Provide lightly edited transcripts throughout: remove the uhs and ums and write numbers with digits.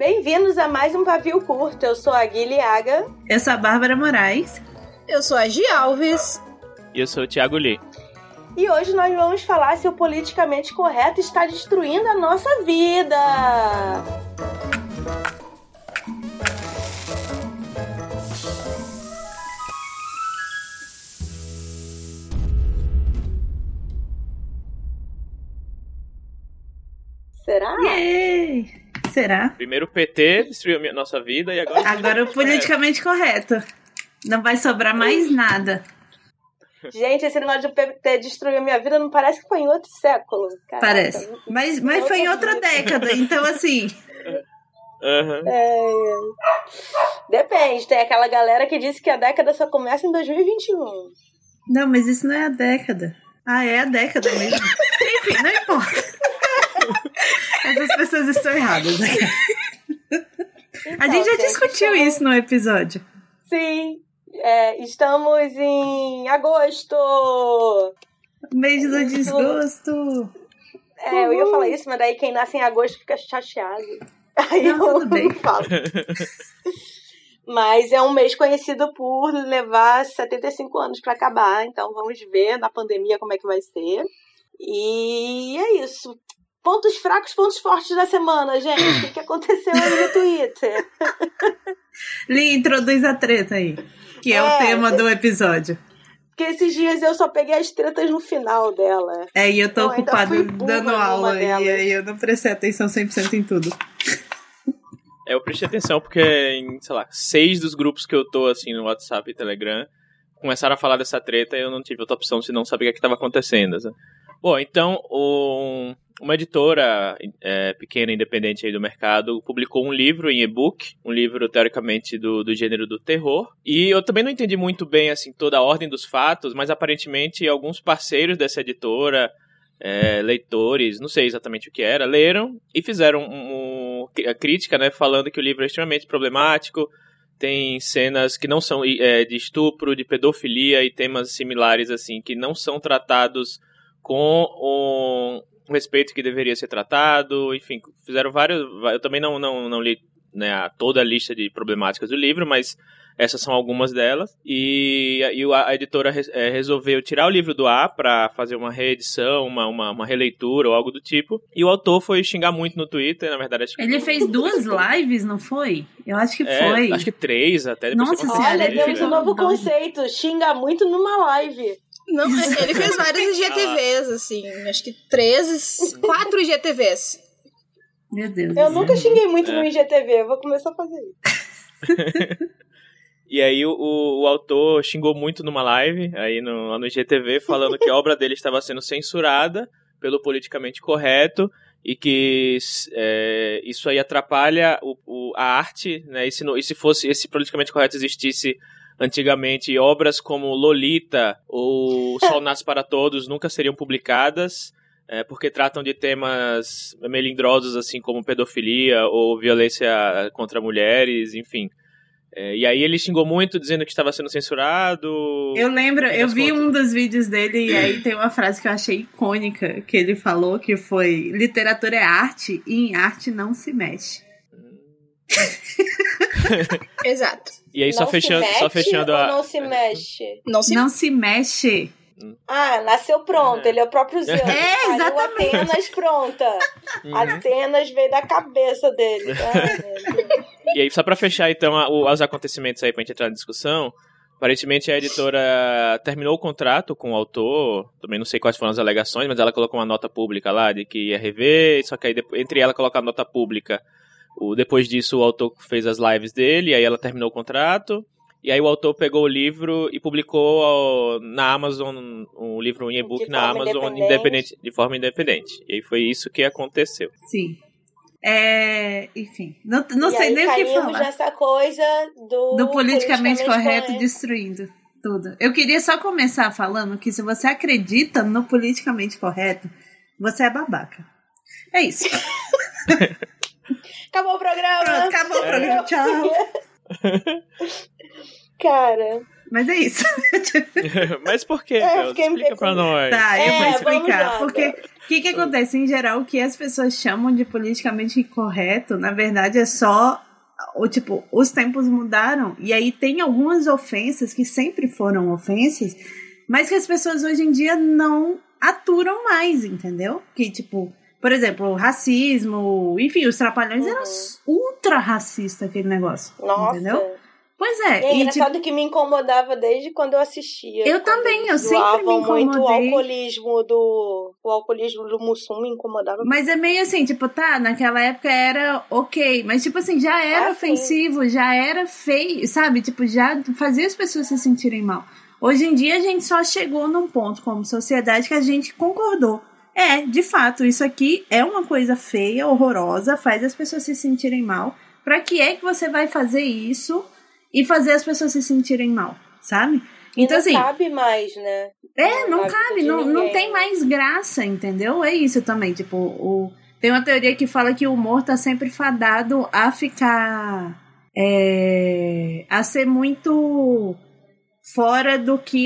Bem-vindos a mais um Pavio Curto. Eu sou a Guilhaga. Eu sou a Bárbara Moraes. Eu sou a Gi Alves. E eu sou o Thiago Lee. E hoje nós vamos falar se o politicamente correto está destruindo a nossa vida. Será? Yay! Será? Primeiro o PT destruiu a nossa vida e agora... Agora o politicamente correto. Não vai sobrar mais nada. Gente, esse negócio de PT destruiu minha vida não parece que foi em outro século. Caraca. Parece. Mas foi em outra década, então assim... Uhum. Depende, tem aquela galera que disse que a década só começa em 2021. Não, mas isso não é a década. Ah, é a década mesmo. Enfim, não importa. Essas pessoas estão erradas. Então, a gente já discutiu isso no episódio. Sim. Estamos em agosto. Mês do desgosto. Eu ia falar isso, mas daí quem nasce em agosto fica chateado. Aí não, tudo bem. Não falo. Mas é um mês conhecido por levar 75 anos para acabar. Então vamos ver na pandemia como é que vai ser. E é isso. Pontos fracos, pontos fortes da semana, gente. O que aconteceu aí no Twitter? Lee, introduz a treta aí, que é o tema do episódio. Porque esses dias eu só peguei as tretas no final dela. E eu tô ocupada dando aula, delas. e aí eu não prestei atenção 100% em tudo. Eu prestei atenção porque em, 6 dos grupos que eu tô, assim, no WhatsApp e Telegram, começaram a falar dessa treta e eu não tive outra opção senão saber o que estava acontecendo. Assim. Bom, então, uma editora pequena, independente aí do mercado, publicou um livro em e-book, um livro, teoricamente, do gênero do terror. E eu também não entendi muito bem, assim, toda a ordem dos fatos, mas aparentemente alguns parceiros dessa editora, leitores, não sei exatamente o que era, leram e fizeram a crítica, né, falando que o livro é extremamente problemático, tem cenas que não são de estupro, de pedofilia e temas similares, assim, que não são tratados com o respeito que deveria ser tratado, enfim, fizeram vários... Eu também não li, né, toda a lista de problemáticas do livro, mas essas são algumas delas. E a editora resolveu tirar o livro do ar para fazer uma reedição, uma releitura ou algo do tipo. E o autor foi xingar muito no Twitter, na verdade. Acho que ele fez 2 lives, não foi? Eu acho que foi. Acho que 3 até. Nossa senhora, olha, temos um novo conceito. Xinga muito numa live. Não, ele fez vários IGTVs, assim. Acho que 4 IGTVs. Meu Deus. Eu nunca xinguei muito no IGTV. Eu vou começar a fazer isso. E aí o autor xingou muito numa live, aí lá no IGTV, falando que a obra dele estava sendo censurada pelo politicamente correto e que isso aí atrapalha a arte, né? E se fosse esse politicamente correto existisse antigamente, obras como Lolita ou Sol Nasce para Todos nunca seriam publicadas, porque tratam de temas melindrosos, assim como pedofilia ou violência contra mulheres, enfim. E aí ele xingou muito, dizendo que estava sendo censurado. Eu lembro, eu vi um dos vídeos dele e aí tem uma frase que eu achei icônica, que ele falou, que foi: literatura é arte e em arte não se mexe. Exato. E aí só fechando a... não se mexe? Não se mexe. Nasceu pronto, ele é o próprio Zeus. Exatamente. Atenas pronta. Atenas veio da cabeça dele. E aí, só pra fechar então os acontecimentos aí pra gente entrar na discussão, aparentemente a editora terminou o contrato com o autor, também não sei quais foram as alegações, mas ela colocou uma nota pública lá de que ia rever, só que aí entre ela colocar a nota pública, depois disso o autor fez as lives dele, aí ela terminou o contrato. E aí o autor pegou o livro e publicou na Amazon, um livro em e-book na Amazon de forma independente. E aí foi isso que aconteceu. Sim. Enfim, não sei nem o que falar. Dessa coisa do politicamente correto destruindo tudo. Eu queria só começar falando que se você acredita no politicamente correto, você é babaca. É isso. Acabou o programa. Pronto, acabou o programa. Tchau. Cara... Mas é isso. Mas por quê, Deus? Explica pra nós. Tá, eu vou explicar. Lá, porque o que acontece? Em geral, o que as pessoas chamam de politicamente incorreto, na verdade, é só... Tipo, os tempos mudaram. E aí tem algumas ofensas que sempre foram ofensas, mas que as pessoas hoje em dia não aturam mais, entendeu? Que, tipo... Por exemplo, o racismo... Enfim, os Trapalhões eram ultra racistas, aquele negócio. Nossa. Entendeu? Pois é. É engraçado que me incomodava desde quando eu assistia. Eu também, eu sempre me incomodei. Muito o alcoolismo do Mussum me incomodava. Mas é meio assim, tipo, tá, naquela época era ok, mas tipo assim, já era ofensivo, já era feio, sabe? Tipo, já fazia as pessoas se sentirem mal. Hoje em dia a gente só chegou num ponto como sociedade que a gente concordou. De fato, isso aqui é uma coisa feia, horrorosa, faz as pessoas se sentirem mal. Pra que é que você vai fazer isso e fazer as pessoas se sentirem mal, sabe? Então, não assim, cabe mais, né? Não cabe, não tem mais graça, entendeu? É isso também, tipo, tem uma teoria que fala que o humor tá sempre fadado a ficar... a ser muito fora do que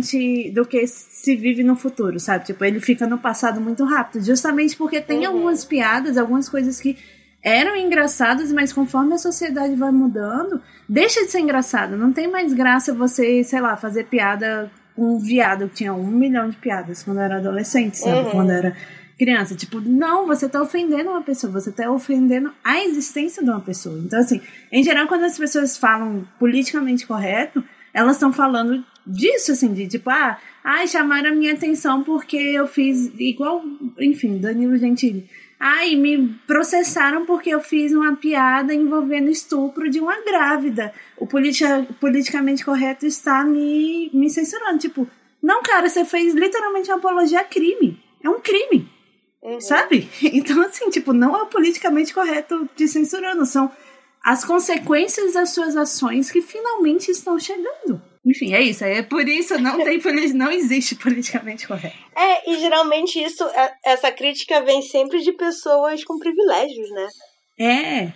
se vive no futuro, sabe? Tipo, ele fica no passado muito rápido, justamente porque tem algumas piadas, algumas coisas que eram engraçadas, mas conforme a sociedade vai mudando, deixa de ser engraçado. Não tem mais graça você, sei lá, fazer piada com um viado que tinha 1 milhão de piadas quando era adolescente, sabe? Quando era criança. Tipo, não, você tá ofendendo uma pessoa, você tá ofendendo a existência de uma pessoa. Então, assim, em geral, quando as pessoas falam politicamente correto, elas estão falando disso, assim, de tipo, chamaram a minha atenção porque eu fiz igual, enfim, Danilo Gentili. Me processaram porque eu fiz uma piada envolvendo estupro de uma grávida. O politicamente correto está me censurando. Tipo, não, cara, você fez literalmente uma apologia a crime. É um crime, sabe? Então, assim, tipo, não é o politicamente correto te censurando. São as consequências das suas ações que finalmente estão chegando. Enfim, é isso. É por isso não existe politicamente correto. E geralmente essa crítica vem sempre de pessoas com privilégios, né?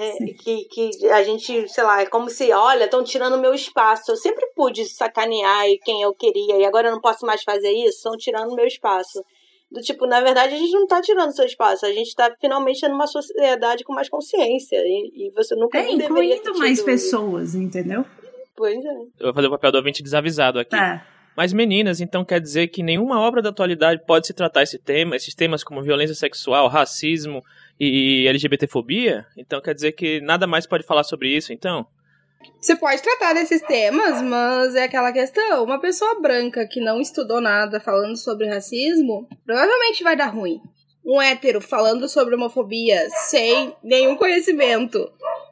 Que a gente, sei lá, é como se, olha, estão tirando meu espaço. Eu sempre pude sacanear quem eu queria e agora eu não posso mais fazer isso, estão tirando meu espaço. Do tipo, na verdade, a gente não tá tirando seu espaço, a gente tá finalmente tendo uma sociedade com mais consciência e você nunca incluindo mais pessoas, entendeu? Pois é. Eu vou fazer o papel do ouvinte desavisado aqui. Tá. Mas meninas, então quer dizer que nenhuma obra da atualidade pode se tratar esses temas como violência sexual, racismo e LGBTfobia? Então quer dizer que nada mais pode falar sobre isso, então? Você pode tratar desses temas, mas é aquela questão, uma pessoa branca que não estudou nada falando sobre racismo, provavelmente vai dar ruim. Um hétero falando sobre homofobia sem nenhum conhecimento,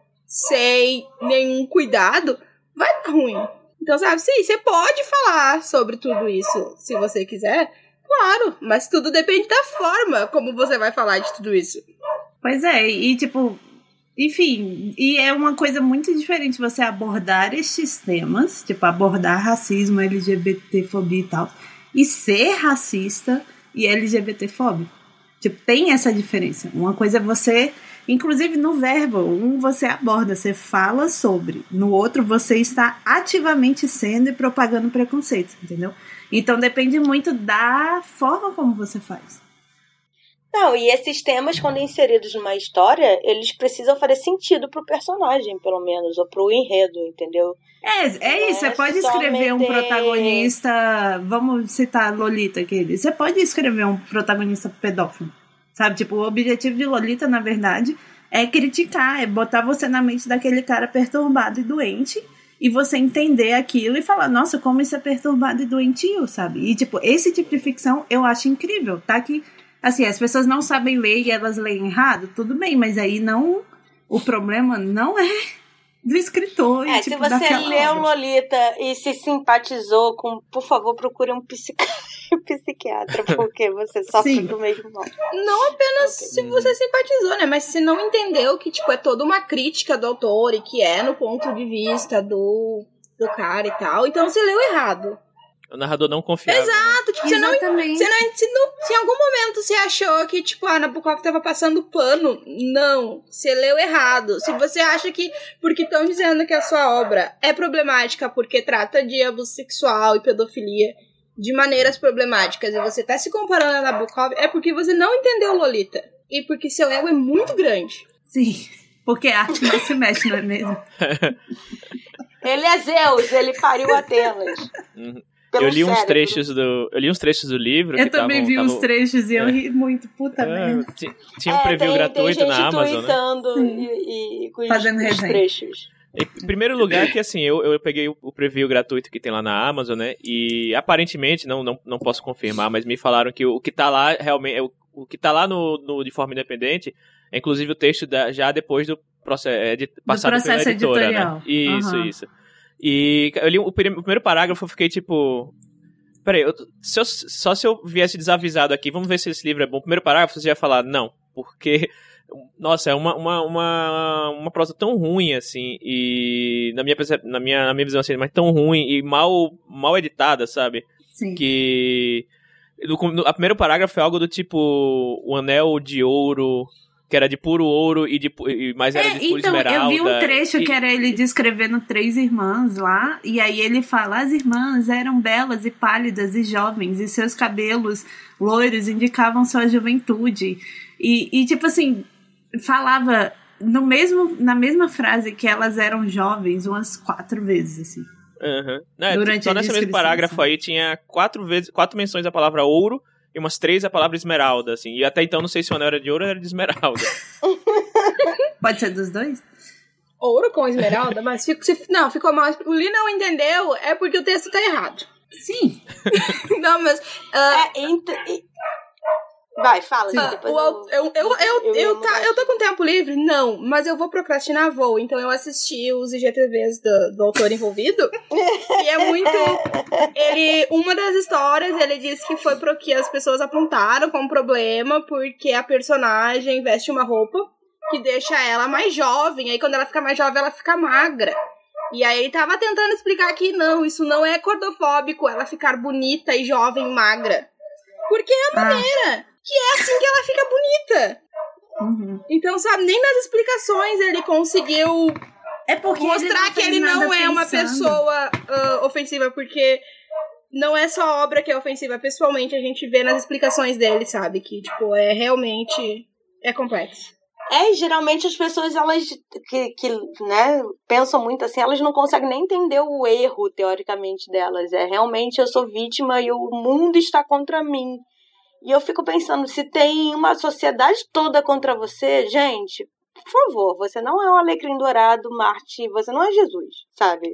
sem nenhum cuidado, vai dar ruim. Então, sabe, sim, você pode falar sobre tudo isso, se você quiser, claro, mas tudo depende da forma como você vai falar de tudo isso. Pois é, e tipo, enfim, e é uma coisa muito diferente você abordar estes temas, tipo, abordar racismo, LGBTfobia e tal, e ser racista e LGBTfóbico. Tipo, tem essa diferença. Uma coisa é você... Inclusive no verbo, você aborda, você fala sobre. No outro, você está ativamente sendo e propagando preconceito, entendeu? Então depende muito da forma como você faz. Não, e esses temas, quando inseridos numa história, eles precisam fazer sentido pro personagem, pelo menos, ou pro enredo, entendeu? É isso, você pode escrever um protagonista... Vamos citar Lolita aqui. Você pode escrever um protagonista pedófilo. Sabe, tipo, o objetivo de Lolita, na verdade, é criticar, é botar você na mente daquele cara perturbado e doente e você entender aquilo e falar, nossa, como isso é perturbado e doentio, sabe? E, tipo, esse tipo de ficção eu acho incrível, tá? Que, assim, as pessoas não sabem ler e elas leem errado, tudo bem, mas aí não... O problema não é do escritor. E, tipo, se você leu Lolita e se simpatizou com... Por favor, procure um psiquiatra, porque você sofre do mesmo mal. Não apenas se você simpatizou, né? Mas se não entendeu que, tipo, é toda uma crítica do autor e que é no ponto de vista do cara e tal, então você leu errado. O narrador não confiava. Exato, tipo, você não, se em algum momento você achou que, tipo, a Nabokov tava passando pano, não, você leu errado. Se você acha que, porque estão dizendo que a sua obra é problemática porque trata de abuso sexual e pedofilia de maneiras problemáticas e você tá se comparando a Nabokov, é porque você não entendeu Lolita. E porque seu ego é muito grande. Sim, porque a arte não se mexe, não é mesmo? Ele é Zeus, ele pariu Atenas. Eu li uns trechos do livro. Eu também vi uns trechos e eu ri muito, puta merda. Tinha um preview gratuito na Amazon, né? E fazendo os trechos. Em primeiro lugar, que assim, eu peguei o preview gratuito que tem lá na Amazon, né? E aparentemente, não posso confirmar, mas me falaram que o que tá lá realmente, o que tá lá no de forma independente, é inclusive o texto já depois do processo, passado pela editora, editorial. Né? Isso. E eu li o primeiro parágrafo, eu fiquei tipo... Peraí, só se eu viesse desavisado aqui, vamos ver se esse livro é bom. O primeiro parágrafo, você ia falar, não, porque... Nossa, é uma prosa tão ruim, assim, e na minha visão, assim, mas tão ruim e mal editada, sabe? Sim. Que... O primeiro parágrafo é algo do tipo, o anel de ouro... que era de puro ouro mas era de pura esmeralda. Eu vi um trecho que era ele descrevendo 3 irmãs lá, e aí ele fala, as irmãs eram belas e pálidas e jovens, e seus cabelos loiros indicavam sua juventude. E tipo assim, falava na mesma frase que elas eram jovens umas 4 vezes, assim. Durante só nesse mesmo parágrafo aí tinha 4 menções da palavra ouro, e umas 3 a palavra esmeralda, assim. E até então não sei se o anel era de ouro ou era de esmeralda. Pode ser dos dois? Ouro com esmeralda? Mas ficou mal. O Lee não entendeu, é porque o texto tá errado. Sim. Não, mas... Vai, fala, gente. Depois eu tô com tempo livre? Não, mas eu vou procrastinar, então eu assisti os IGTVs do autor envolvido, e é muito... Uma das histórias, ele disse que foi pro que as pessoas apontaram como problema, porque a personagem veste uma roupa que deixa ela mais jovem, aí quando ela fica mais jovem, ela fica magra. E aí ele tava tentando explicar que não, isso não é gordofóbico, ela ficar bonita e jovem magra. Porque é a maneira... que é assim que ela fica bonita. Uhum. Então, sabe, nem nas explicações ele conseguiu mostrar que ele não é uma pessoa ofensiva, porque não é só a obra que é ofensiva, pessoalmente a gente vê nas explicações dele, sabe, que, tipo, realmente complexo. Geralmente as pessoas, elas que né, pensam muito assim, elas não conseguem nem entender o erro, teoricamente, delas. Realmente eu sou vítima e o mundo está contra mim. E eu fico pensando, se tem uma sociedade toda contra você, gente, por favor, você não é um alecrim dourado, Marte, você não é Jesus, sabe?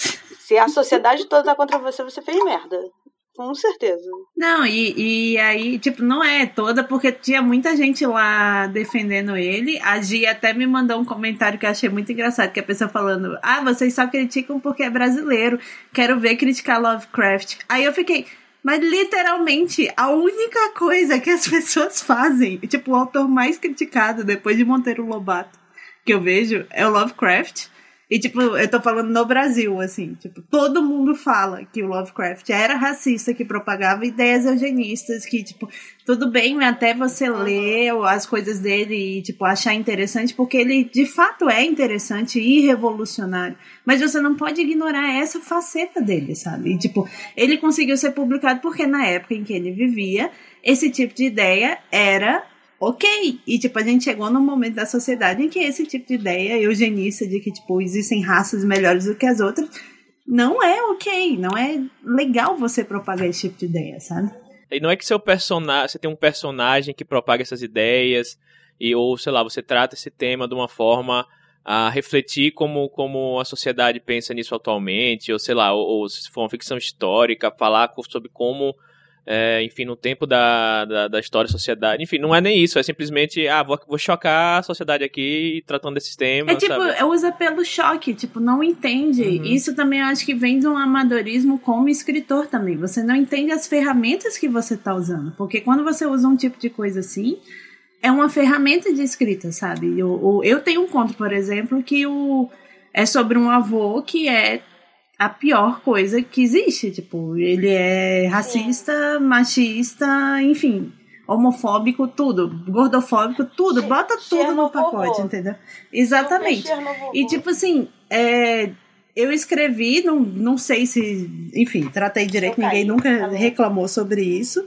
Se a sociedade toda tá contra você, você fez merda. Com certeza. Não, e aí, tipo, não é toda, porque tinha muita gente lá defendendo ele. A Gia até me mandou um comentário que eu achei muito engraçado, que a pessoa falando, vocês só criticam porque é brasileiro, quero ver criticar Lovecraft. Aí eu fiquei... Mas literalmente a única coisa que as pessoas fazem, tipo, o autor mais criticado depois de Monteiro Lobato que eu vejo é o Lovecraft. E tipo, eu tô falando no Brasil, assim, tipo, todo mundo fala que o Lovecraft era racista, que propagava ideias eugenistas, que, tipo, tudo bem até você ler as coisas dele e, tipo, achar interessante, porque ele, de fato, é interessante e revolucionário. Mas você não pode ignorar essa faceta dele, sabe? E, tipo, ele conseguiu ser publicado porque na época em que ele vivia, esse tipo de ideia era... ok, e tipo, a gente chegou num momento da sociedade em que esse tipo de ideia eugenista de que, tipo, existem raças melhores do que as outras, não é ok, não é legal você propagar esse tipo de ideia, sabe? E não é que você tem um personagem que propaga essas ideias, ou, sei lá, você trata esse tema de uma forma a refletir como a sociedade pensa nisso atualmente, ou sei lá, ou se for uma ficção histórica, falar sobre como... enfim, no tempo da história da sociedade. Enfim, não é nem isso, é simplesmente, vou chocar a sociedade aqui tratando desses temas, tipo, sabe? Usa pelo choque, tipo, não entende. Uhum. Isso também eu acho que vem de um amadorismo como escritor também. Você não entende as ferramentas que você tá usando, porque quando você usa um tipo de coisa assim, é uma ferramenta de escrita, sabe? Eu tenho um conto, por exemplo, que é sobre um avô que é a pior coisa que existe. Tipo, ele é racista, machista, enfim, homofóbico, tudo, gordofóbico, tudo, bota tudo no pacote, entendeu? Exatamente. E tipo assim, eu escrevi, não sei se, enfim, tratei direito, ninguém nunca reclamou sobre isso.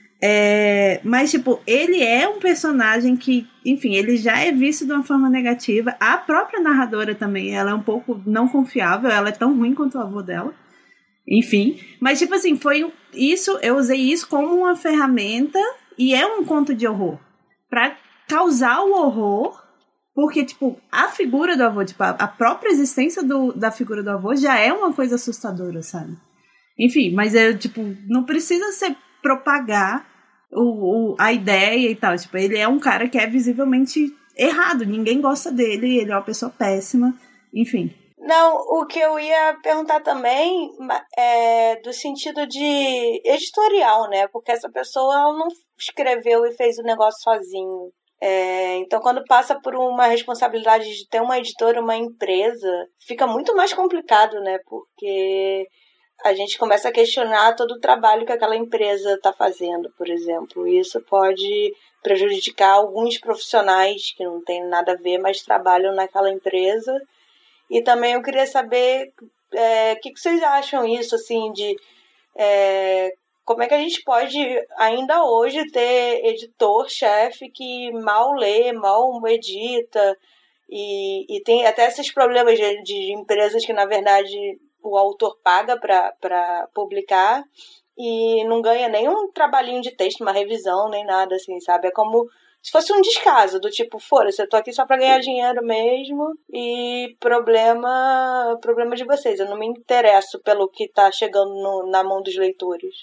Mas, tipo, ele é um personagem que, enfim, ele já é visto de uma forma negativa. A própria narradora também, ela é um pouco não confiável, ela é tão ruim quanto o avô dela. Enfim, mas, tipo assim, eu usei isso como uma ferramenta e é um conto de horror pra causar o horror, porque, tipo, a figura do avô, tipo, a própria existência da figura do avô já é uma coisa assustadora, sabe? Enfim, mas não precisa ser propagar a ideia e tal. Tipo, ele é um cara que é visivelmente errado, ninguém gosta dele, ele é uma pessoa péssima, enfim. Não, o que eu ia perguntar também é do sentido de editorial, né? Porque essa pessoa ela não escreveu e fez o negócio sozinho. Então, quando passa por uma responsabilidade de ter uma editora, uma empresa, fica muito mais complicado, né? Porque a gente começa a questionar todo o trabalho que aquela empresa está fazendo, por exemplo. E isso pode prejudicar alguns profissionais que não têm nada a ver, mas trabalham naquela empresa. E também eu queria saber o que vocês acham isso, assim, de como é que a gente pode ainda hoje ter editor-chefe que mal lê, mal edita, e tem até esses problemas de empresas que, na verdade, o autor paga para publicar e não ganha nenhum trabalhinho de texto, uma revisão, nem nada, assim, sabe? É como se fosse um descaso, do tipo, foda-se, eu tô aqui só pra ganhar dinheiro mesmo e problema de vocês. Eu não me interesso pelo que tá chegando na mão dos leitores.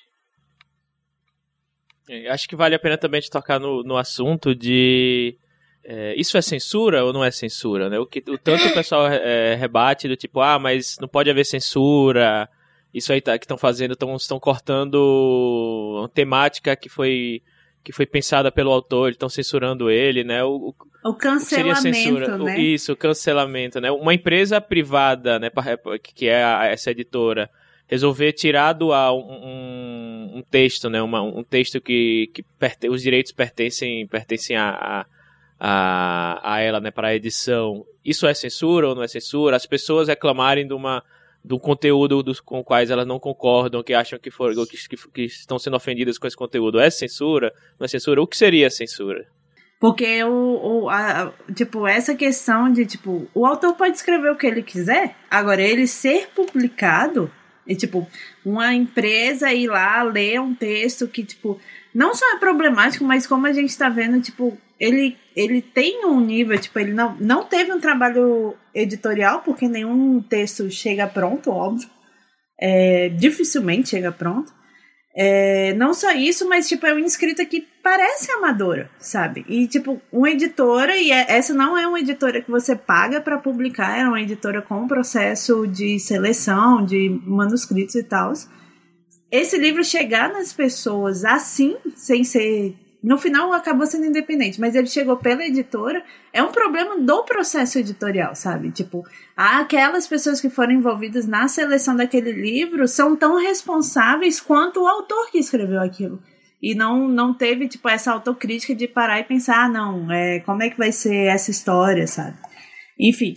Acho que vale a pena também te tocar no assunto de... isso é censura ou não é censura, né? O tanto o pessoal rebate do tipo, mas não pode haver censura, isso aí que estão fazendo, estão cortando uma temática que foi pensada pelo autor, estão censurando ele, né? O cancelamento, seria censura, né? Isso, o cancelamento, né? Uma empresa privada, né, que é essa editora, resolver tirar do ar um texto, né? Um texto que os direitos pertencem a ela, né, para a edição. Isso é censura ou não é censura? As pessoas reclamarem do conteúdo com quais elas não concordam, que acham que estão sendo ofendidas com esse conteúdo. É censura? Não é censura? O que seria censura? Porque essa questão de, tipo, o autor pode escrever o que ele quiser, agora ele ser publicado, e, tipo, uma empresa ir lá ler um texto que, tipo, não só é problemático, mas como a gente tá vendo, tipo, ele tem um nível, tipo, ele não teve um trabalho editorial, porque nenhum texto chega pronto, óbvio. Dificilmente chega pronto. Não só isso, mas, tipo, é uma escrita que parece amadora, sabe? E, tipo, uma editora, e essa não é uma editora que você paga para publicar, é uma editora com um processo de seleção, de manuscritos e tal. Esse livro chegar nas pessoas assim, sem ser... No final acabou sendo independente, mas ele chegou pela editora, é um problema do processo editorial, sabe? Tipo, aquelas pessoas que foram envolvidas na seleção daquele livro são tão responsáveis quanto o autor que escreveu aquilo. E não teve, tipo, essa autocrítica de parar e pensar, como é que vai ser essa história, sabe? Enfim,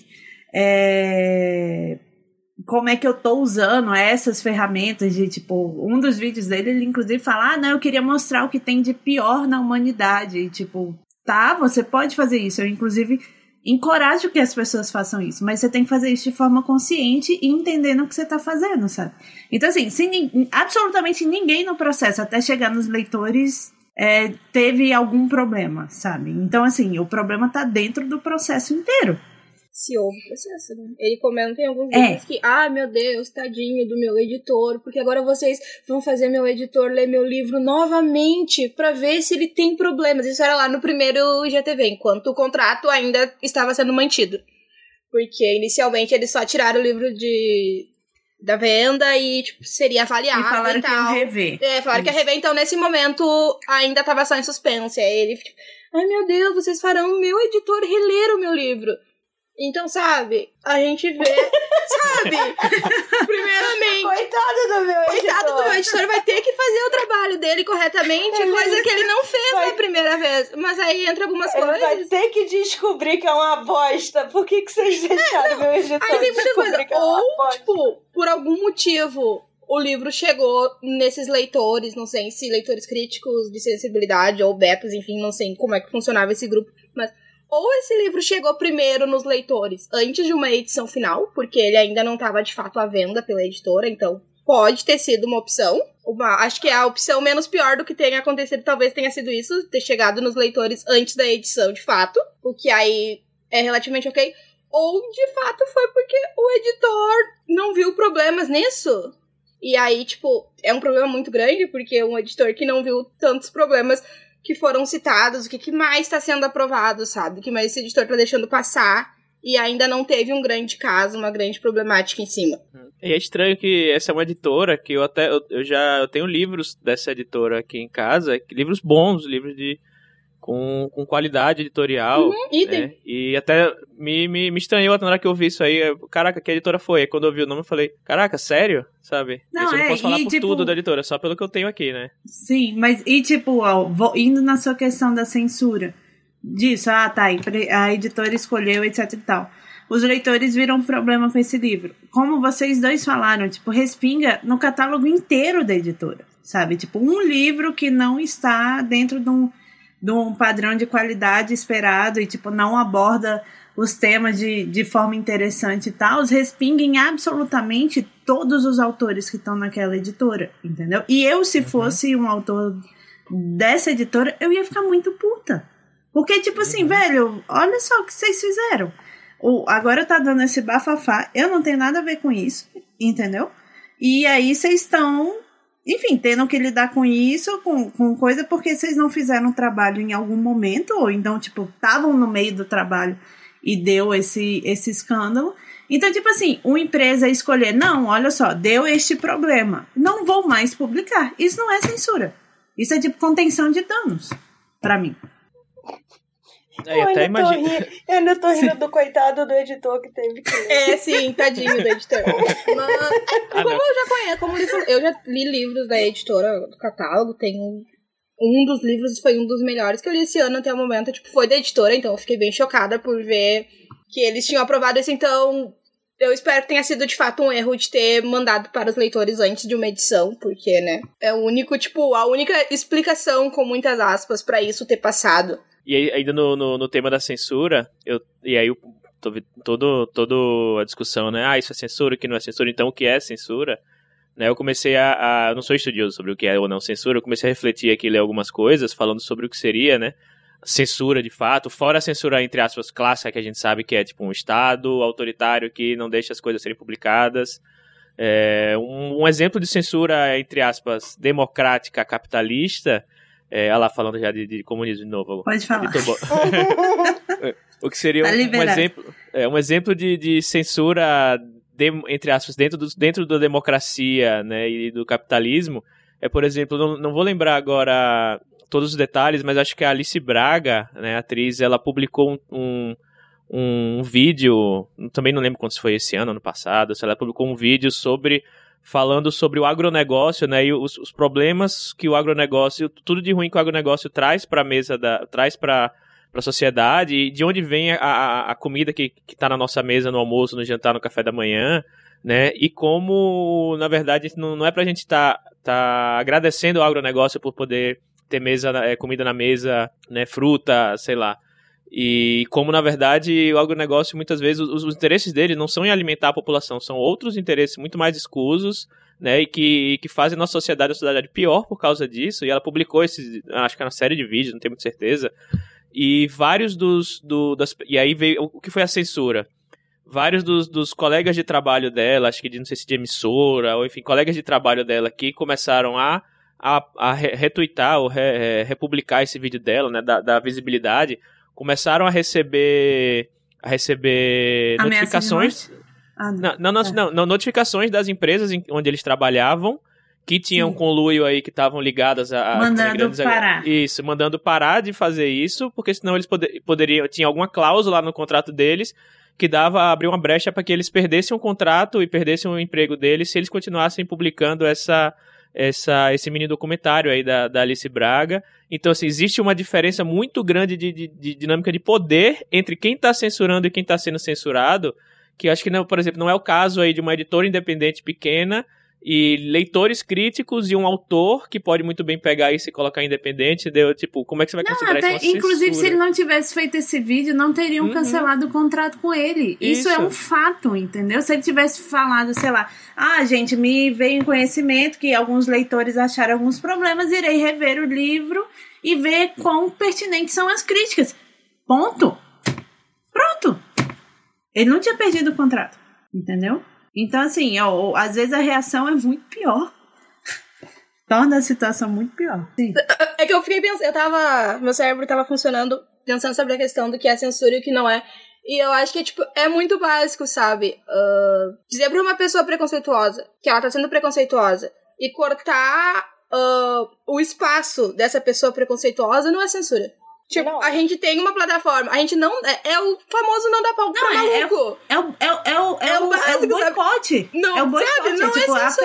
como é que eu tô usando essas ferramentas de, tipo, um dos vídeos dele, ele inclusive fala, eu queria mostrar o que tem de pior na humanidade, e, tipo, você pode fazer isso, eu inclusive encorajo que as pessoas façam isso, mas você tem que fazer isso de forma consciente e entendendo o que você tá fazendo, sabe? Então, assim, absolutamente ninguém no processo, até chegar nos leitores, teve algum problema, sabe? Então, assim, o problema tá dentro do processo inteiro. Se houve processo, né? Ele comenta em alguns vídeos que, meu Deus, tadinho do meu editor, porque agora vocês vão fazer meu editor ler meu livro novamente pra ver se ele tem problemas. Isso era lá no primeiro IGTV, enquanto o contrato ainda estava sendo mantido. Porque inicialmente eles só tiraram o livro da venda e, tipo, seria avaliado e falaram que iam rever. Falaram que ia rever, então nesse momento ainda estava só em suspense. Aí ele, tipo, meu Deus, vocês farão o meu editor reler o meu livro. Então, sabe, a gente vê Sabe? Primeiramente. Coitado do meu editor vai ter que fazer o trabalho dele corretamente, coisa que ele não fez na primeira vez. Mas aí entra algumas coisas. Ele vai ter que descobrir que é uma bosta. Por que vocês deixaram meu editor aí tem muita coisa. Ou, tipo, por algum motivo, o livro chegou nesses leitores, não sei se leitores críticos de sensibilidade ou betas, enfim, não sei como é que funcionava esse grupo, mas ou esse livro chegou primeiro nos leitores antes de uma edição final, porque ele ainda não estava de fato à venda pela editora, então pode ter sido uma opção. Acho que é a opção menos pior do que tenha acontecido, talvez tenha sido isso, ter chegado nos leitores antes da edição de fato, o que aí é relativamente ok. Ou, de fato, foi porque o editor não viu problemas nisso. E aí, tipo, é um problema muito grande, porque um editor que não viu tantos problemas que foram citados, o que mais está sendo aprovado, sabe? O que mais esse editor está deixando passar e ainda não teve um grande caso, uma grande problemática em cima. E é estranho que essa é uma editora que eu tenho livros dessa editora aqui em casa, livros bons, livros com qualidade editorial, né? E até me estranhou na hora que eu vi isso aí. Caraca, que editora foi? Aí quando eu vi o nome eu falei, caraca, sério? Sabe? Eu não posso falar por tudo da editora, só pelo que eu tenho aqui, né? Sim, mas indo na sua questão da censura disso, a editora escolheu, etc e tal. Os leitores viram um problema com esse livro. Como vocês dois falaram, tipo, respinga no catálogo inteiro da editora, sabe? Tipo, um livro que não está dentro de um padrão de qualidade esperado e, tipo, não aborda os temas de forma interessante e tal, respinga em absolutamente todos os autores que estão naquela editora, entendeu? E eu, se fosse um autor dessa editora, eu ia ficar muito puta. Porque, tipo assim, velho, olha só o que vocês fizeram. Agora tá dando esse bafafá, eu não tenho nada a ver com isso, entendeu? E aí vocês estão... Enfim, tendo que lidar com isso, com coisa, porque vocês não fizeram o trabalho em algum momento, ou então, tipo, estavam no meio do trabalho e deu esse escândalo. Então, tipo assim, uma empresa escolher, não, olha só, deu este problema, não vou mais publicar. Isso não é censura. Isso é, tipo, contenção de danos, pra mim. Eu ainda tô rindo do coitado do editor que teve que ler. Sim, tadinho do editor. Mas, eu já conheço, eu já li livros da editora do catálogo, tem um dos livros foi um dos melhores que eu li esse ano até o momento, tipo, foi da editora, então eu fiquei bem chocada por ver que eles tinham aprovado isso, então eu espero que tenha sido de fato um erro de ter mandado para os leitores antes de uma edição, porque, né, é a única explicação, com muitas aspas, pra isso ter passado. E aí, ainda no tema da censura, toda a discussão, né? Isso é censura, o que não é censura, então o que é censura? Né, eu comecei eu não sou estudioso sobre o que é ou não censura, eu comecei a refletir aqui, ler algumas coisas, falando sobre o que seria, né? Censura, de fato, fora a censura, entre aspas, clássica, que a gente sabe que é tipo um Estado autoritário que não deixa as coisas serem publicadas. Um exemplo de censura, entre aspas, democrática, capitalista... Olha lá, falando já de comunismo de novo. Pode falar. O que seria um exemplo de censura, entre aspas, dentro da democracia, né, e do capitalismo. Por exemplo, não vou lembrar agora todos os detalhes, mas acho que a Alice Braga, né, a atriz, ela publicou um vídeo, também não lembro quando foi esse ano passado, ela publicou um vídeo falando sobre o agronegócio, né, e os problemas que o agronegócio, tudo de ruim que o agronegócio traz para a mesa, traz para a sociedade, e de onde vem a comida que está na nossa mesa, no almoço, no jantar, no café da manhã, né, e como, na verdade, não é para a gente tá agradecendo ao agronegócio por poder ter comida na mesa, né, fruta, sei lá. E como, na verdade, o agronegócio, muitas vezes, os interesses dele não são em alimentar a população, são outros interesses muito mais escusos, né, e que fazem a nossa sociedade pior por causa disso. E ela publicou acho que é uma série de vídeos, não tenho muita certeza. E vários e aí veio o que foi a censura. Vários dos colegas de trabalho dela, acho que não sei se de emissora, ou enfim, colegas de trabalho dela que começaram a retweetar ou republicar esse vídeo dela, né, da visibilidade, começaram a receber notificações. Notificações das empresas onde eles trabalhavam, que tinham conluio aí, que estavam ligadas a mandando parar. Isso, mandando parar de fazer isso, porque senão eles poderiam, tinha alguma cláusula no contrato deles que abriu uma brecha para que eles perdessem um contrato e perdessem o emprego deles se eles continuassem publicando esse mini documentário aí da Alice Braga. Então, assim, existe uma diferença muito grande de dinâmica de poder entre quem está censurando e quem está sendo censurado, que eu acho que, não, por exemplo, não é o caso aí de uma editora independente pequena e leitores críticos e um autor que pode muito bem pegar isso e colocar independente, entendeu? Tipo, como é que você vai considerar isso uma censura? Inclusive, se ele não tivesse feito esse vídeo, não teriam cancelado o contrato com ele. Isso é um fato, entendeu? Se ele tivesse falado, sei lá, gente, me veio em conhecimento que alguns leitores acharam alguns problemas, irei rever o livro e ver quão pertinentes são as críticas. Ponto. Pronto. Ele não tinha perdido o contrato, entendeu? Então, assim, às vezes a reação é muito pior. Torna a situação muito pior. Sim. É que eu fiquei pensando, meu cérebro tava funcionando, pensando sobre a questão do que é censura e o que não é. E eu acho que, é muito básico, sabe? Dizer pra uma pessoa preconceituosa que ela tá sendo preconceituosa e cortar o espaço dessa pessoa preconceituosa não é censura. A gente tem uma plataforma, a gente não... É o famoso não dá palco pra maluco. É o boicote. Não, é o boicote. Sabe? Não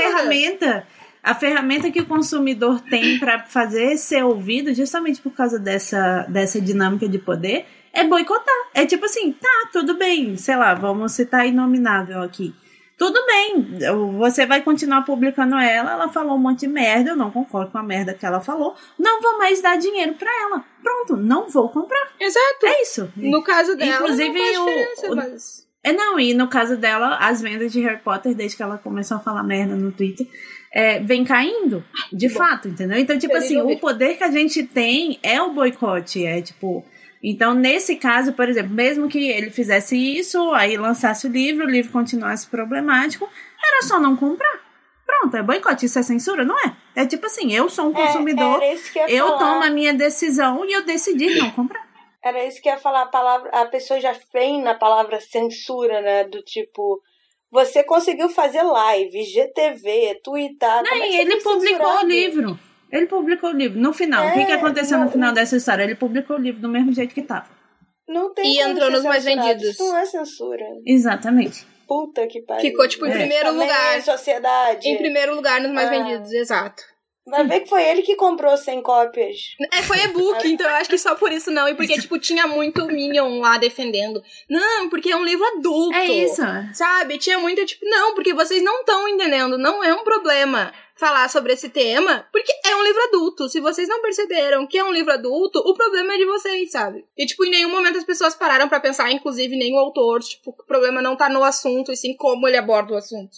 A ferramenta que o consumidor tem pra fazer ser ouvido, justamente por causa dessa dinâmica de poder, é boicotar. É tipo assim, tudo bem, sei lá, vamos citar Inominável aqui. Tudo bem, você vai continuar publicando ela falou um monte de merda, eu não concordo com a merda que ela falou, não vou mais dar dinheiro pra ela. Pronto, não vou comprar. Exato. É isso. No caso dela, inclusive, não faz diferença, mas... e no caso dela, as vendas de Harry Potter, desde que ela começou a falar merda no Twitter, vem caindo, de fato, entendeu? Então, tipo assim, o poder que a gente tem é o boicote, Então, nesse caso, por exemplo, mesmo que ele fizesse isso, aí lançasse o livro continuasse problemático, era só não comprar. Pronto, é boicote. Isso é censura? Não é. É tipo assim, eu sou um consumidor, eu tomo a minha decisão e eu decidi não comprar. Era isso que ia falar, a pessoa já vem na palavra censura, né, do tipo... Você conseguiu fazer live, GTV, twittar... Não, e ele publicou o livro. Ele publicou o livro. No final, o que aconteceu no final dessa história? Ele publicou o livro do mesmo jeito que tava. Não tem e entrou nos mais vendidos. Isso não é censura. Exatamente. Puta que pariu. Ficou, em primeiro lugar. Sociedade. Em primeiro lugar nos mais vendidos, exato. Vai ver que foi ele que comprou 100 cópias. Foi e-book, então eu acho que só por isso não. E porque, tinha muito Minion lá defendendo. Não, porque é um livro adulto. É isso. Sabe? Tinha muita, não, porque vocês não estão entendendo. Não é um problema falar sobre esse tema, porque é um livro adulto. Se vocês não perceberam que é um livro adulto, o problema é de vocês, sabe? E, em nenhum momento as pessoas pararam pra pensar, inclusive nem o autor, o problema não tá no assunto, e sim como ele aborda o assunto.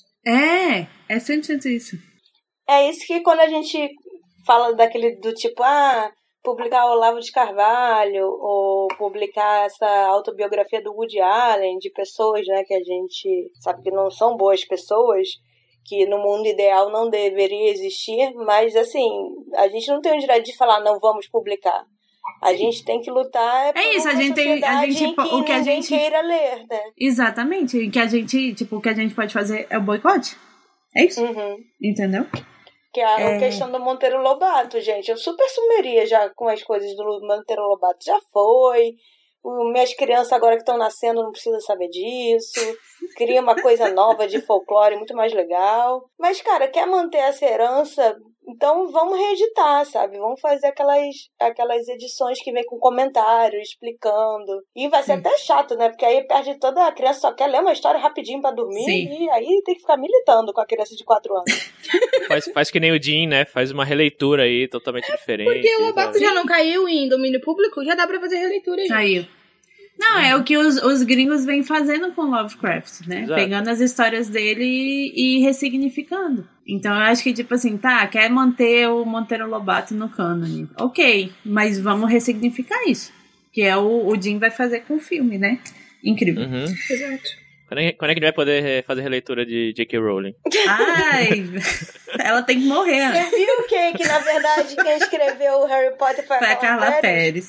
É sempre isso. É isso que quando a gente fala do tipo, publicar o Olavo de Carvalho, ou publicar essa autobiografia do Woody Allen, de pessoas, né, que a gente sabe que não são boas pessoas, que no mundo ideal não deveria existir, mas assim, a gente não tem o direito de falar, não vamos publicar. A gente tem que lutar por isso, uma sociedade em que o que a gente queira ler, né? Exatamente, o que a gente pode fazer é o boicote. É isso. Entendeu? Que é a questão do Monteiro Lobato, gente. Eu super sumiria já com as coisas do Monteiro Lobato. Já foi. Minhas crianças agora que estão nascendo não precisam saber disso. Cria uma coisa nova de folclore muito mais legal. Mas, cara, quer manter essa herança? Então vamos reeditar, sabe? Vamos fazer aquelas edições que vem com comentário, explicando. E vai ser até chato, né? Porque aí perde toda a criança, só quer ler uma história rapidinho pra dormir. Sim. E aí tem que ficar militando com a criança de 4 anos. Faz que nem o Jim, né? Faz uma releitura aí totalmente diferente. Porque o Lobato já não caiu em domínio público, já dá pra fazer releitura aí. Caiu. Não, é o que os gringos vêm fazendo com Lovecraft, né? Exato. Pegando as histórias dele e ressignificando. Então eu acho que, quer manter o Monteiro Lobato no cânone. Ok, mas vamos ressignificar isso. Que é o Jim vai fazer com o filme, né? Incrível. Exato. Quando é que ele vai poder fazer releitura de J.K. Rowling? Ai, ela tem que morrer. Você viu que na verdade, quem escreveu o Harry Potter foi a Carla Pérez.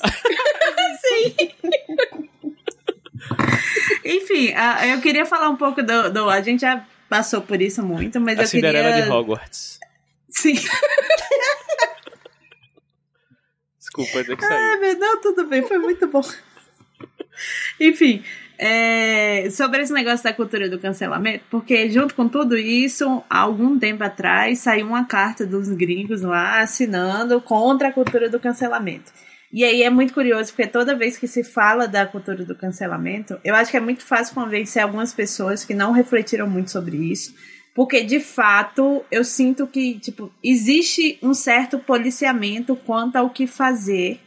Sim. Enfim, eu queria falar um pouco do... A gente já passou por isso muito, mas eu queria... A Cinderela de Hogwarts. Sim. Desculpa, tem que sair. Não, tudo bem, foi muito bom. Enfim, sobre esse negócio da cultura do cancelamento, porque junto com tudo isso, há algum tempo atrás, saiu uma carta dos gringos lá assinando contra a cultura do cancelamento. E aí é muito curioso, porque toda vez que se fala da cultura do cancelamento, eu acho que é muito fácil convencer algumas pessoas que não refletiram muito sobre isso, porque, de fato, eu sinto que, tipo, existe um certo policiamento quanto ao que fazer.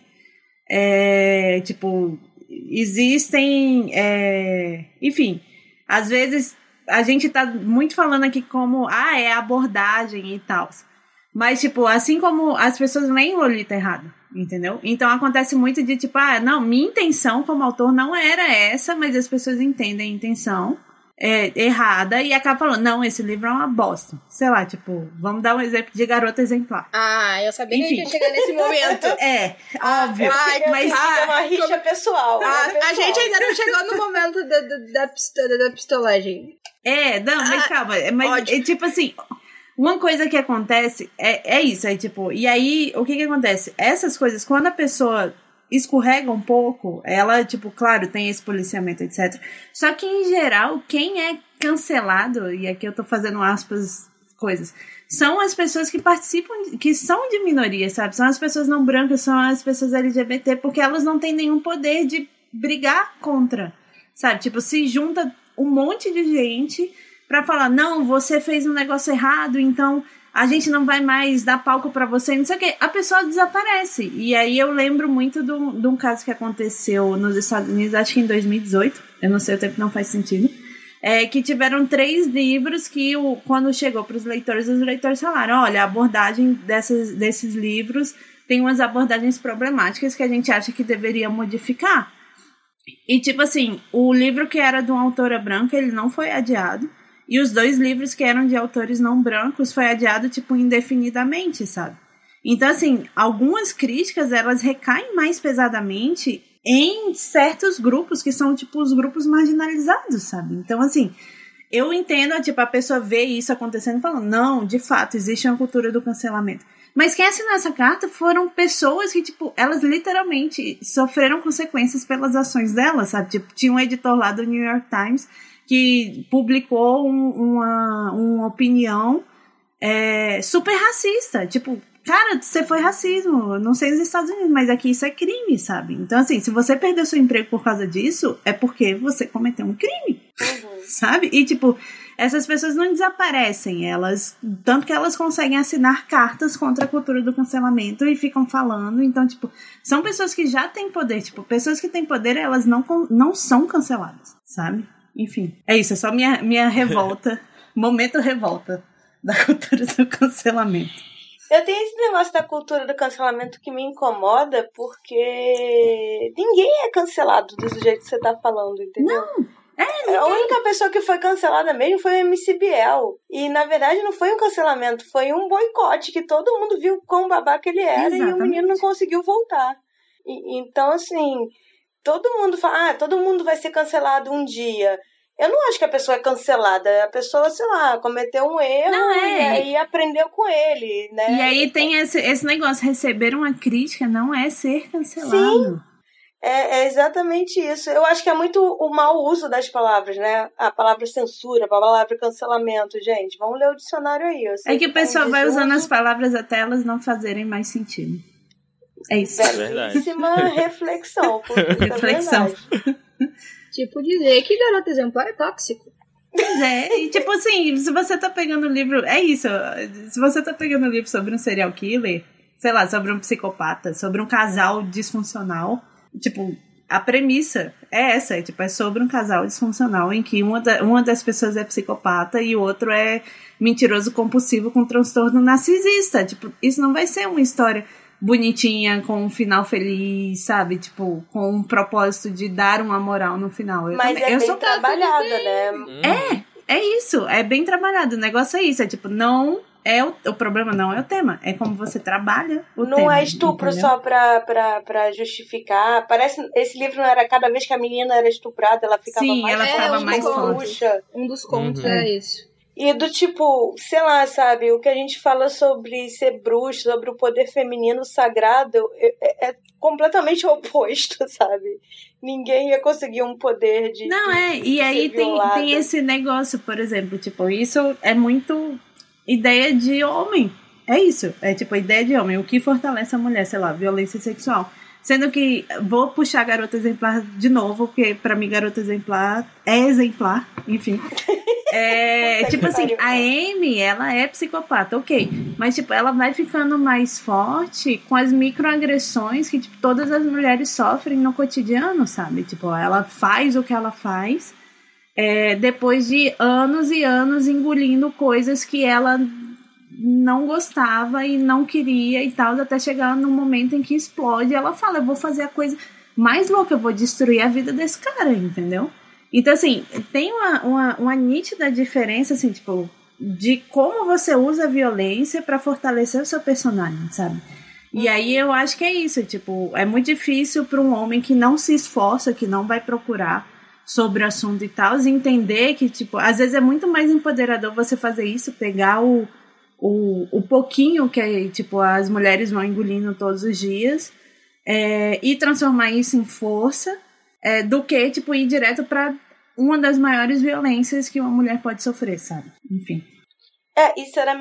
Existem... enfim, às vezes a gente tá muito falando aqui como, é abordagem e tal. Mas, tipo, assim como as pessoas leem Lolita errado, entendeu? Então acontece muito de, tipo, não, minha intenção como autor não era essa, mas as pessoas entendem a intenção errada e acabam falando, não, esse livro é uma bosta. Sei lá, tipo, vamos dar um exemplo de Garota Exemplar. Eu sabia que a gente ia chegar nesse momento. Óbvio. Mas é uma rixa pessoal. A gente ainda não chegou no momento da pistolagem. Mas calma. Mas, tipo assim... Uma coisa que acontece é isso, tipo, e aí, o que acontece? Essas coisas, quando a pessoa escorrega um pouco, ela, tipo, claro, tem esse policiamento, etc. Só que, em geral, quem é cancelado, e aqui eu tô fazendo aspas, coisas, são as pessoas que participam, que são de minoria, sabe? São as pessoas não brancas, são as pessoas LGBT, porque elas não têm nenhum poder de brigar contra, sabe? Tipo, se junta um monte de gente... pra falar, não, você fez um negócio errado, então a gente não vai mais dar palco pra você, não sei o quê. A pessoa desaparece. E aí eu lembro muito de um caso que aconteceu nos Estados Unidos, acho que em 2018, eu não sei, o tempo não faz sentido, que tiveram 3 livros que quando chegou pros leitores, os leitores falaram, olha, a abordagem desses livros tem umas abordagens problemáticas que a gente acha que deveria modificar. E tipo assim, o livro que era de uma autora branca, ele não foi adiado. E os 2 livros que eram de autores não brancos foi adiado, tipo, indefinidamente, sabe? Então, assim, algumas críticas, elas recaem mais pesadamente em certos grupos, que são, tipo, os grupos marginalizados, sabe? Então, assim, eu entendo, tipo, a pessoa vê isso acontecendo e fala, não, de fato, existe uma cultura do cancelamento. Mas quem assinou essa carta foram pessoas que, tipo, elas literalmente sofreram consequências pelas ações delas, sabe? Tipo, tinha um editor lá do New York Times que publicou uma opinião super racista. Tipo, cara, você foi racismo. Não sei nos Estados Unidos, mas aqui isso é crime, sabe? Então, assim, se você perdeu seu emprego por causa disso, é porque você cometeu um crime, sabe? E, tipo, essas pessoas não desaparecem. Tanto que elas conseguem assinar cartas contra a cultura do cancelamento e ficam falando. Então, tipo, são pessoas que já têm poder. Tipo, pessoas que têm poder, elas não são canceladas, sabe? Enfim, é isso, é só minha revolta, momento revolta da cultura do cancelamento. Eu tenho esse negócio da cultura do cancelamento que me incomoda, porque ninguém é cancelado do jeito que você tá falando, entendeu? Não, a única pessoa que foi cancelada mesmo foi o MC Biel. E, na verdade, não foi um cancelamento, foi um boicote, que todo mundo viu quão babaca ele era. Exatamente. E o menino não conseguiu voltar. Então, assim... Todo mundo fala, todo mundo vai ser cancelado um dia. Eu não acho que a pessoa é cancelada. A pessoa, sei lá, cometeu um erro e aí aprendeu com ele, né? E aí tem esse negócio, receber uma crítica não é ser cancelado. Sim, é exatamente isso. Eu acho que é muito o mau uso das palavras, né? A palavra censura, a palavra cancelamento. Gente, vamos ler o dicionário aí. É que o pessoal vai usando as palavras até elas não fazerem mais sentido. É isso. Belíssima reflexão. Reflexão. Tipo, dizer que Garota Exemplar é tóxico. Pois e tipo assim, se você tá pegando um livro... É isso, se você tá pegando um livro sobre um serial killer, sei lá, sobre um psicopata, sobre um casal disfuncional, tipo, a premissa é essa, tipo, é sobre um casal disfuncional em que uma das pessoas é psicopata e o outro é mentiroso compulsivo com transtorno narcisista. Tipo, isso não vai ser uma história... bonitinha, com um final feliz, sabe? Tipo, com um propósito de dar uma moral no final. Mas é bem trabalhado, né? É isso. É bem trabalhado. O negócio é isso. É tipo, não é o problema não é o tema. É como você trabalha o tema. Não é estupro, entendeu? Só pra justificar. Parece, esse livro não era cada vvez que a menina era estuprada, ela ficava mais forte. Um dos contos é isso. E do tipo, sei lá, sabe, o que a gente fala sobre ser bruxo, sobre o poder feminino sagrado, é completamente oposto, sabe? Ninguém ia conseguir um poder de Não, e aí tem esse negócio, por exemplo, tipo, isso é muito ideia de homem. É isso, é tipo a ideia de homem. O que fortalece a mulher, sei lá, violência sexual. Sendo que, vou puxar Garota Exemplar de novo, porque pra mim Garota Exemplar é exemplar, enfim. Tipo assim, a Amy, ela é psicopata, ok. Mas, tipo, ela vai ficando mais forte com as microagressões que, tipo, todas as mulheres sofrem no cotidiano, sabe? Tipo, ela faz o que ela faz depois de anos e anos engolindo coisas que ela não gostava e não queria e tal, até chegar no momento em que explode e ela fala, eu vou fazer a coisa mais louca, eu vou destruir a vida desse cara, entendeu? Então, assim, tem uma nítida diferença, assim, tipo, de como você usa a violência pra fortalecer o seu personagem, sabe? E aí eu acho que é isso, tipo, é muito difícil pra um homem que não se esforça, que não vai procurar sobre o assunto e tal, entender que, tipo, às vezes é muito mais empoderador você fazer isso, pegar o pouquinho que, tipo, as mulheres vão engolindo todos os dias e transformar isso em força do que, tipo, ir direto pra uma das maiores violências que uma mulher pode sofrer, sabe? Enfim. Isso era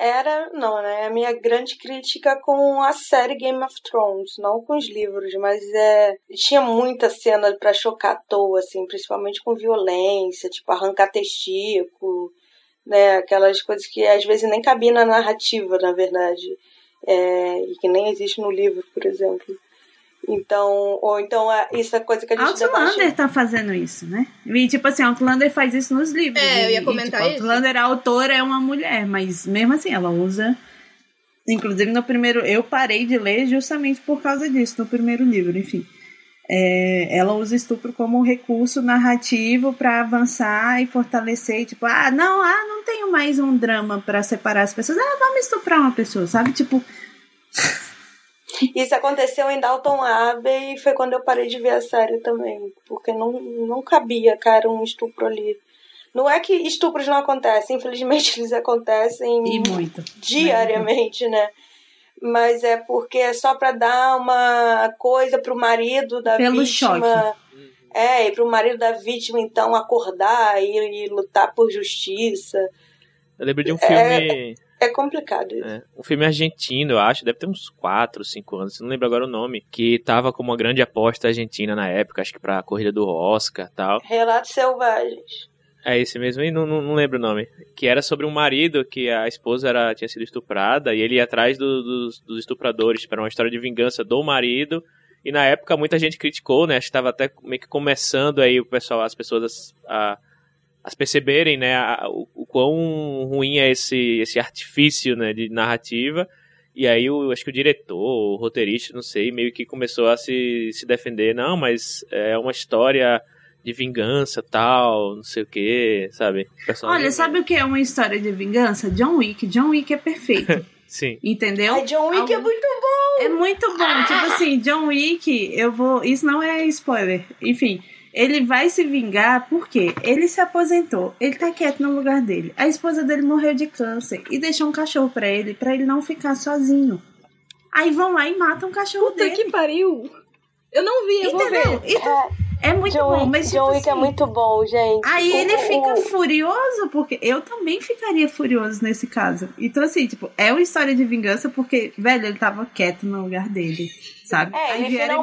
a minha grande crítica com a série Game of Thrones, não com os livros, mas tinha muita cena pra chocar à toa, assim, principalmente com violência, tipo, arrancar testículo, né, aquelas coisas que às vezes nem cabia na narrativa, na verdade, e que nem existe no livro, por exemplo. Então, ou então isso é coisa que a gente Outlander tá fazendo isso, né? E tipo assim, Outlander faz isso nos livros. Eu ia comentar isso. Outlander, a autora é uma mulher, mas mesmo assim, ela usa... Inclusive no primeiro... Eu parei de ler justamente por causa disso, no primeiro livro, enfim. Ela usa estupro como um recurso narrativo pra avançar e fortalecer, tipo, não tenho mais um drama pra separar as pessoas, vamos estuprar uma pessoa, sabe? Tipo... Isso aconteceu em Downton Abbey e foi quando eu parei de ver a série também, porque não cabia, cara, um estupro ali. Não é que estupros não acontecem, infelizmente eles acontecem e muito diariamente, né? Mas é porque é só pra dar uma coisa pro marido da Pelo vítima. Choque. E pro marido da vítima, então, acordar e lutar por justiça. Eu lembro de um filme... É complicado isso. Um filme argentino, eu acho, deve ter uns 4, 5 anos, não lembro agora o nome, que tava como uma grande aposta argentina na época, acho que pra corrida do Oscar e tal. Relatos Selvagens. É esse mesmo, e não lembro o nome. Que era sobre um marido que a esposa tinha sido estuprada e ele ia atrás dos estupradores para uma história de vingança do marido. E na época muita gente criticou, né? Acho que tava até meio que começando aí as pessoas a perceberem, né, o quão ruim é esse artifício, né, de narrativa. E aí acho que o diretor, o roteirista, não sei, meio que começou a se defender. Não, mas é uma história de vingança, tal, não sei o que, sabe? Olha, sabe o que é uma história de vingança? John Wick. John Wick é perfeito. Sim. Entendeu? John Wick é muito bom! É muito bom. Tipo assim, John Wick, isso não é spoiler. Enfim, ele vai se vingar porque ele se aposentou. Ele tá quieto no lugar dele. A esposa dele morreu de câncer e deixou um cachorro pra ele não ficar sozinho. Aí vão lá e matam o cachorro dele. Puta que pariu! Eu não vi, eu vou ver. É muito bom, mas John Wick é muito bom, gente. Aí ele fica furioso, porque eu também ficaria furioso nesse caso. Então, assim, tipo, é uma história de vingança porque, velho, ele tava quieto no lugar dele, sabe? Aí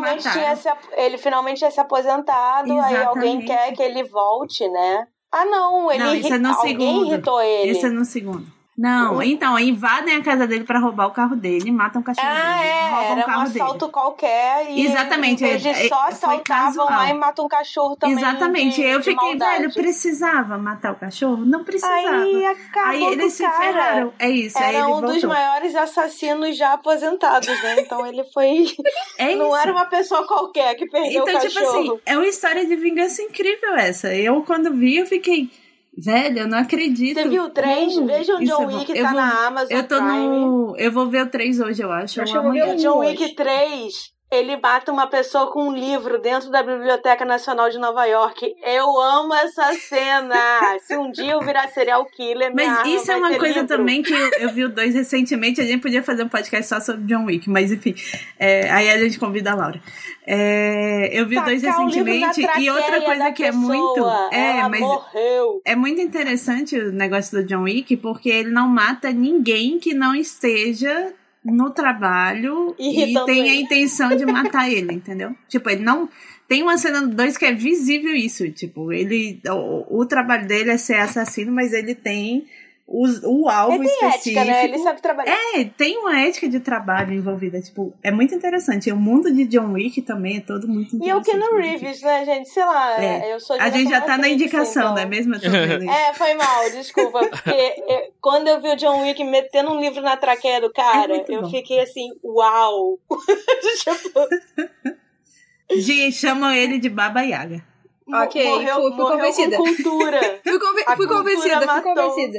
ele finalmente tinha se aposentado, Exatamente. Aí alguém quer que ele volte, né? Não, isso é no alguém segundo. irritou ele. Esse é no segundo. Não, então, invadem a casa dele pra roubar o carro dele, matam o cachorro dele, roubam o carro dele. Era um assalto qualquer e exatamente, eles só assaltavam lá e matam um cachorro também. Exatamente, eu fiquei, maldade. velho, precisava matar o cachorro? Não precisava. Aí eles se ferraram. É isso, era aí ele dos maiores assassinos já aposentados, né? Então ele foi... Não era uma pessoa qualquer que perdeu o cachorro. Então, tipo assim, é uma história de vingança incrível essa. Eu, quando vi, eu fiquei... Velho, eu não acredito. Você viu o 3? Veja o John Wick, tá na Amazon Prime. Eu vou ver o 3 hoje, eu acho. O John Wick 3, ele mata uma pessoa com um livro dentro da Biblioteca Nacional de Nova York. Eu amo essa cena. Se um dia eu virar serial killer, mas isso é uma coisa livro. também que eu vi o 2 recentemente. A gente podia fazer um podcast só sobre John Wick, mas enfim. Aí a gente convida a Laura. Eu vi o 2 recentemente. E outra coisa que é muito... mas morreu. É muito interessante o negócio do John Wick, porque ele não mata ninguém que não esteja no trabalho e tem a intenção de matar ele, entendeu? Tipo, ele não... Tem uma cena do 2 que é visível isso, tipo, ele... O trabalho dele é ser assassino, mas ele tem o alvo ele tem específico. Ética, né? Ele sabe trabalhar. Tem uma ética de trabalho envolvida, tipo, é muito interessante. E o mundo de John Wick também é todo muito interessante. E o Keanu Reeves, né, gente? Sei lá, eu sou a gente já tá na indicação, então. né? Mesmo foi mal, desculpa. Porque quando eu vi o John Wick metendo um livro na traqueia do cara, eu fiquei assim, uau! Chamam ele de Baba Yaga. Ok, fui convencida. Com cultura. Fui convencida.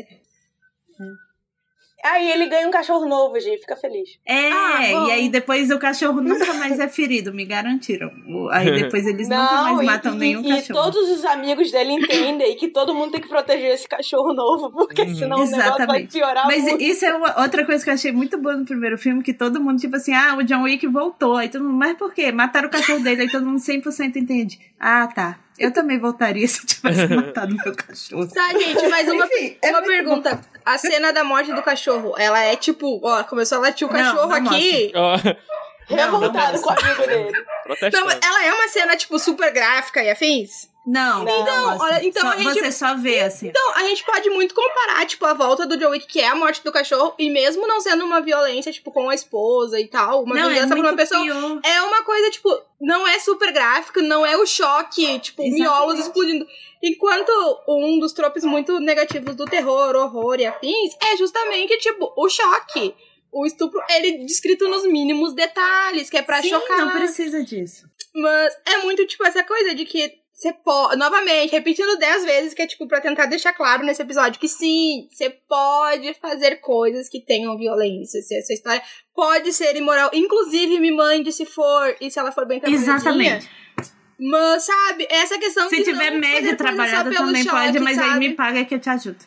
Aí ele ganha um cachorro novo, gente, fica feliz. E aí depois o cachorro nunca mais é ferido, me garantiram. Aí depois eles nunca mais matam nenhum cachorro. E todos os amigos dele entendem que todo mundo tem que proteger esse cachorro novo, porque senão o negócio vai piorar muito. Mas isso é outra coisa que eu achei muito boa no primeiro filme, que todo mundo, tipo assim, o John Wick voltou. Aí todo mundo, mas por quê? Mataram o cachorro dele, aí todo mundo 100% entende. Tá. Eu também voltaria se eu tivesse matado meu cachorro. Tá, gente, mas uma pergunta. A cena da morte do cachorro, ela é tipo, começou a latir o cachorro aqui. Revoltado com o amigo dele. Não, ela é uma cena, tipo, super gráfica e afins? Não. Você só vê, assim. Então, a gente pode muito comparar, tipo, a volta do John Wick, que é a morte do cachorro, e mesmo não sendo uma violência, tipo, com a esposa e tal, uma vingança por uma pessoa, pior. É uma coisa, tipo, não é super gráfico, não é o choque, tipo, miolos explodindo. Enquanto um dos tropes muito negativos do terror, horror e afins, é justamente, tipo, o choque. O estupro, ele descrito nos mínimos detalhes, que é pra chocar. Não precisa disso. Mas é muito, tipo, essa coisa de que você pode, novamente, repetindo 10 vezes, que é tipo pra tentar deixar claro nesse episódio que sim, você pode fazer coisas que tenham violência, se essa história pode ser imoral, inclusive me mande se for, e se ela for bem trabalhadinha. Exatamente. Mas, sabe, essa questão se que tiver média trabalhada também choque, pode, mas sabe? Aí me paga que eu te ajudo.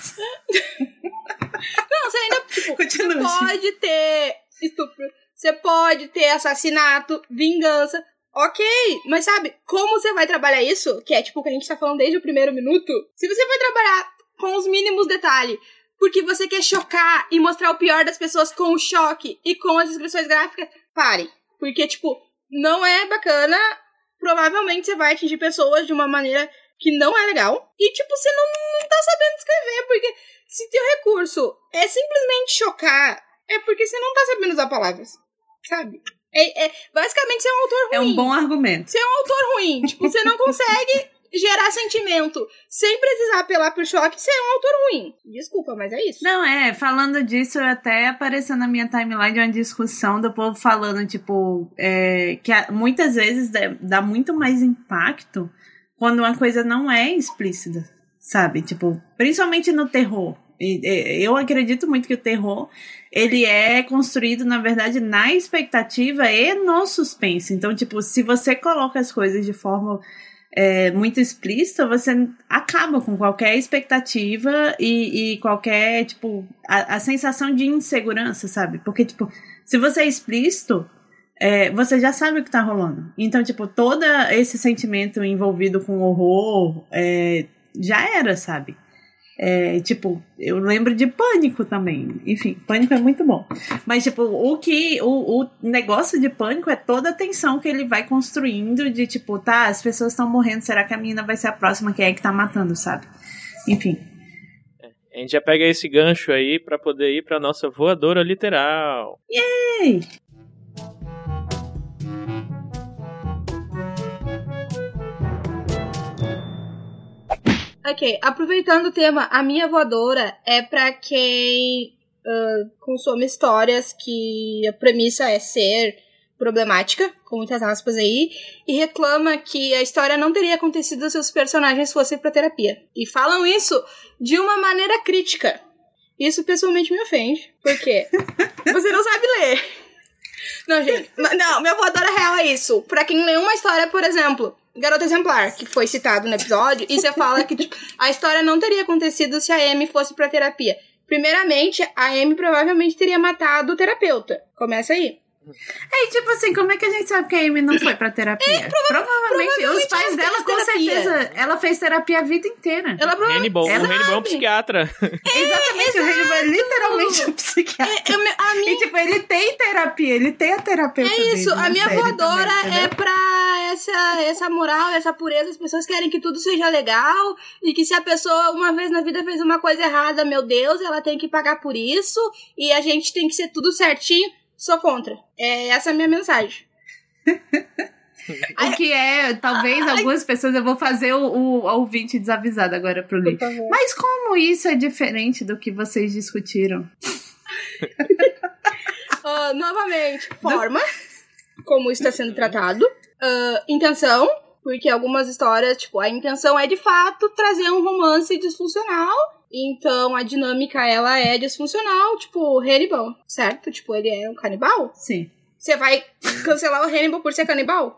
Não, você ainda, tipo, pode ter estupro, você pode ter assassinato, vingança. Ok, mas sabe, como você vai trabalhar isso? Que é tipo o que a gente tá falando desde o primeiro minuto. Se você vai trabalhar com os mínimos detalhes, porque você quer chocar e mostrar o pior das pessoas com o choque e com as descrições gráficas, pare. Porque, tipo, não é bacana. Provavelmente você vai atingir pessoas de uma maneira que não é legal. E, tipo, você não tá sabendo escrever, porque se teu recurso é simplesmente chocar, é porque você não tá sabendo usar palavras, sabe? Basicamente, você é um autor ruim. É um bom argumento. Você é um autor ruim. Tipo, você não consegue gerar sentimento sem precisar apelar pro choque. Você é um autor ruim. Desculpa, mas é isso. Não, falando disso, até apareceu na minha timeline uma discussão do povo falando, tipo, que muitas vezes dá muito mais impacto quando uma coisa não é explícita, sabe? Tipo, principalmente no terror. Eu acredito muito que o terror, ele é construído, na verdade, na expectativa e no suspense. Então, tipo, se você coloca as coisas de forma muito explícita, você acaba com qualquer expectativa e qualquer, tipo, a sensação de insegurança, sabe? Porque, tipo, se você é explícito, você já sabe o que tá rolando. Então, tipo, todo esse sentimento envolvido com horror já era, sabe? Tipo, eu lembro de Pânico também. Enfim, Pânico é muito bom. Mas, tipo, o negócio de Pânico é toda a tensão que ele vai construindo de, tipo, as pessoas estão morrendo, será que a menina vai ser a próxima? Quem é que tá matando, sabe? Enfim. A gente já pega esse gancho aí pra poder ir pra nossa voadora literal. Yay! Ok, aproveitando o tema, a minha voadora é pra quem consome histórias que a premissa é ser problemática, com muitas aspas aí, e reclama que a história não teria acontecido se os personagens fossem pra terapia. E falam isso de uma maneira crítica. Isso pessoalmente me ofende, porque você não sabe ler. Não, gente. Não, minha voadora real é isso. Pra quem lê uma história, por exemplo, Garota Exemplar, que foi citado no episódio, e você fala que tipo, a história não teria acontecido se a Amy fosse pra terapia. Primeiramente, a Amy provavelmente teria matado o terapeuta. Começa aí. Tipo assim, como é que a gente sabe que a Amy não foi pra terapia? Provavelmente os pais dela, com certeza, ela fez terapia a vida inteira. O Hannibal é um psiquiatra. Exatamente, o Hannibal é literalmente um psiquiatra. E tipo, ele tem terapia, ele tem a terapeuta dele. É isso, a minha voadora também, é pra essa moral, essa pureza. As pessoas querem que tudo seja legal e que se a pessoa uma vez na vida fez uma coisa errada, meu Deus, ela tem que pagar por isso e a gente tem que ser tudo certinho. Sou contra. Essa é a minha mensagem. O que talvez algumas pessoas, eu vou fazer o ouvinte desavisado agora pro Lee. Mas como isso é diferente do que vocês discutiram? Novamente, forma, como isso está sendo tratado. Intenção, porque algumas histórias, tipo, a intenção é de fato trazer um romance disfuncional. Então, a dinâmica, ela é disfuncional, tipo, Hannibal, certo? Tipo, ele é um canibal? Sim. Você vai cancelar o Hannibal por ser canibal?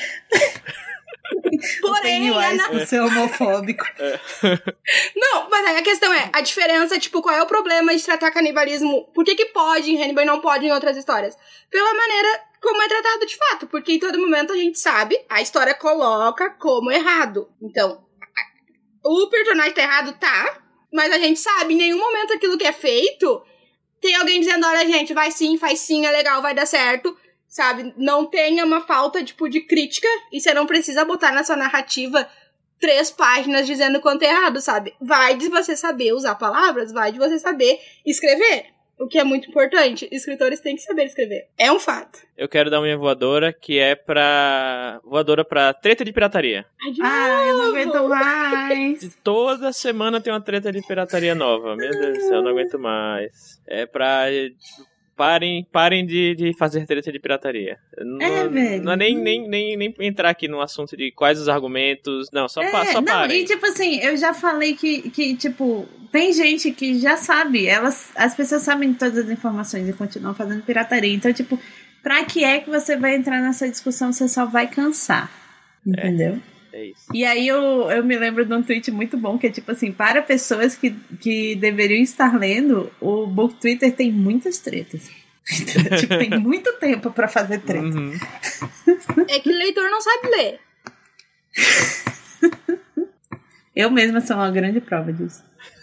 Porém, por ser homofóbico. Não, mas aí a questão é, a diferença, tipo, qual é o problema de tratar canibalismo? Por que pode em Hannibal e não pode em outras histórias? Pela maneira como é tratado de fato, porque em todo momento a gente sabe, a história coloca como errado. Então, o personagem tá errado, tá? Mas a gente sabe, em nenhum momento aquilo que é feito, tem alguém dizendo, olha, gente, vai sim, faz sim, é legal, vai dar certo, sabe? Não tenha uma falta, tipo, de crítica, e você não precisa botar na sua narrativa 3 páginas dizendo quanto é errado, sabe? Vai de você saber usar palavras, vai de você saber escrever. O que é muito importante. Escritores têm que saber escrever. É um fato. Eu quero dar uma minha voadora, que é voadora pra treta de pirataria. Eu não aguento mais. Toda semana tem uma treta de pirataria nova. Meu Deus do céu, eu não aguento mais. É pra... Parem de fazer treta de pirataria. Velho. Não é nem entrar aqui no assunto de quais os argumentos. Não, só parem. E tipo assim, eu já falei que tipo, tem gente que já sabe. As pessoas sabem todas as informações e continuam fazendo pirataria. Então, tipo, pra que você vai entrar nessa discussão? Você só vai cansar. Entendeu? É isso. E aí eu me lembro de um tweet muito bom, que é tipo assim, para pessoas que deveriam estar lendo, o Book Twitter tem muitas tretas. Tipo, tem muito tempo pra fazer treta. Uhum. É que o leitor não sabe ler. Eu mesma sou uma grande prova disso.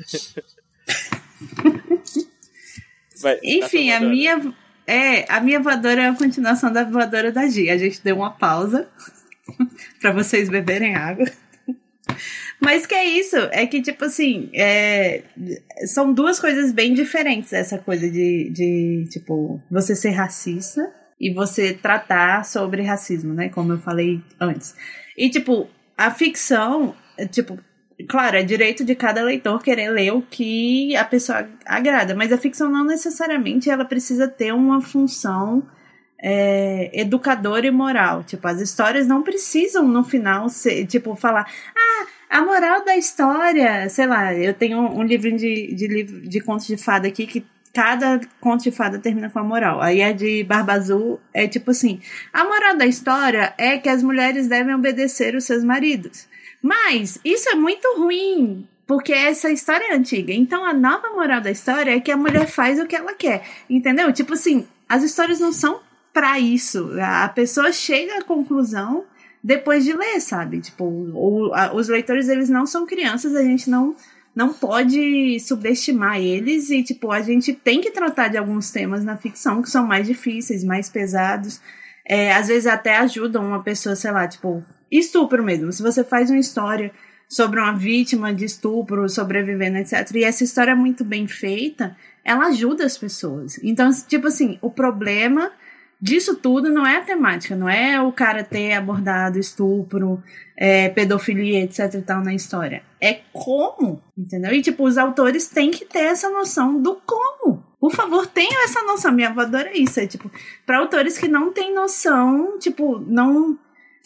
Enfim, a minha voadora é a continuação da voadora da Gi. A gente deu uma pausa pra vocês beberem água. Mas que é isso, é que tipo assim, são duas coisas bem diferentes, essa coisa de tipo, você ser racista e você tratar sobre racismo, né, como eu falei antes. E tipo, a ficção, tipo, claro, é direito de cada leitor querer ler o que a pessoa agrada, mas a ficção não necessariamente ela precisa ter uma função educadora e moral. Tipo, as histórias não precisam no final ser, tipo, falar, a moral da história, sei lá, eu tenho um livrinho de contos de fada aqui que cada conto de fada termina com a moral. Aí a de Barba Azul é tipo assim, a moral da história é que as mulheres devem obedecer os seus maridos. Mas isso é muito ruim, porque essa história é antiga. Então a nova moral da história é que a mulher faz o que ela quer, entendeu? Tipo assim, as histórias não são pra isso. A pessoa chega à conclusão depois de ler, sabe? Tipo, os leitores, eles não são crianças, a gente não pode subestimar eles e, tipo, a gente tem que tratar de alguns temas na ficção que são mais difíceis, mais pesados. Às vezes até ajudam uma pessoa, sei lá, tipo, estupro mesmo. Se você faz uma história sobre uma vítima de estupro, sobrevivendo, etc., e essa história é muito bem feita, ela ajuda as pessoas. Então, tipo assim, o problema disso tudo não é a temática, não é o cara ter abordado estupro, pedofilia, etc e tal na história. É como, entendeu? E tipo, os autores têm que ter essa noção do como. Por favor, tenham essa noção. Minha voadora é isso, tipo, para autores que não têm noção, tipo, não...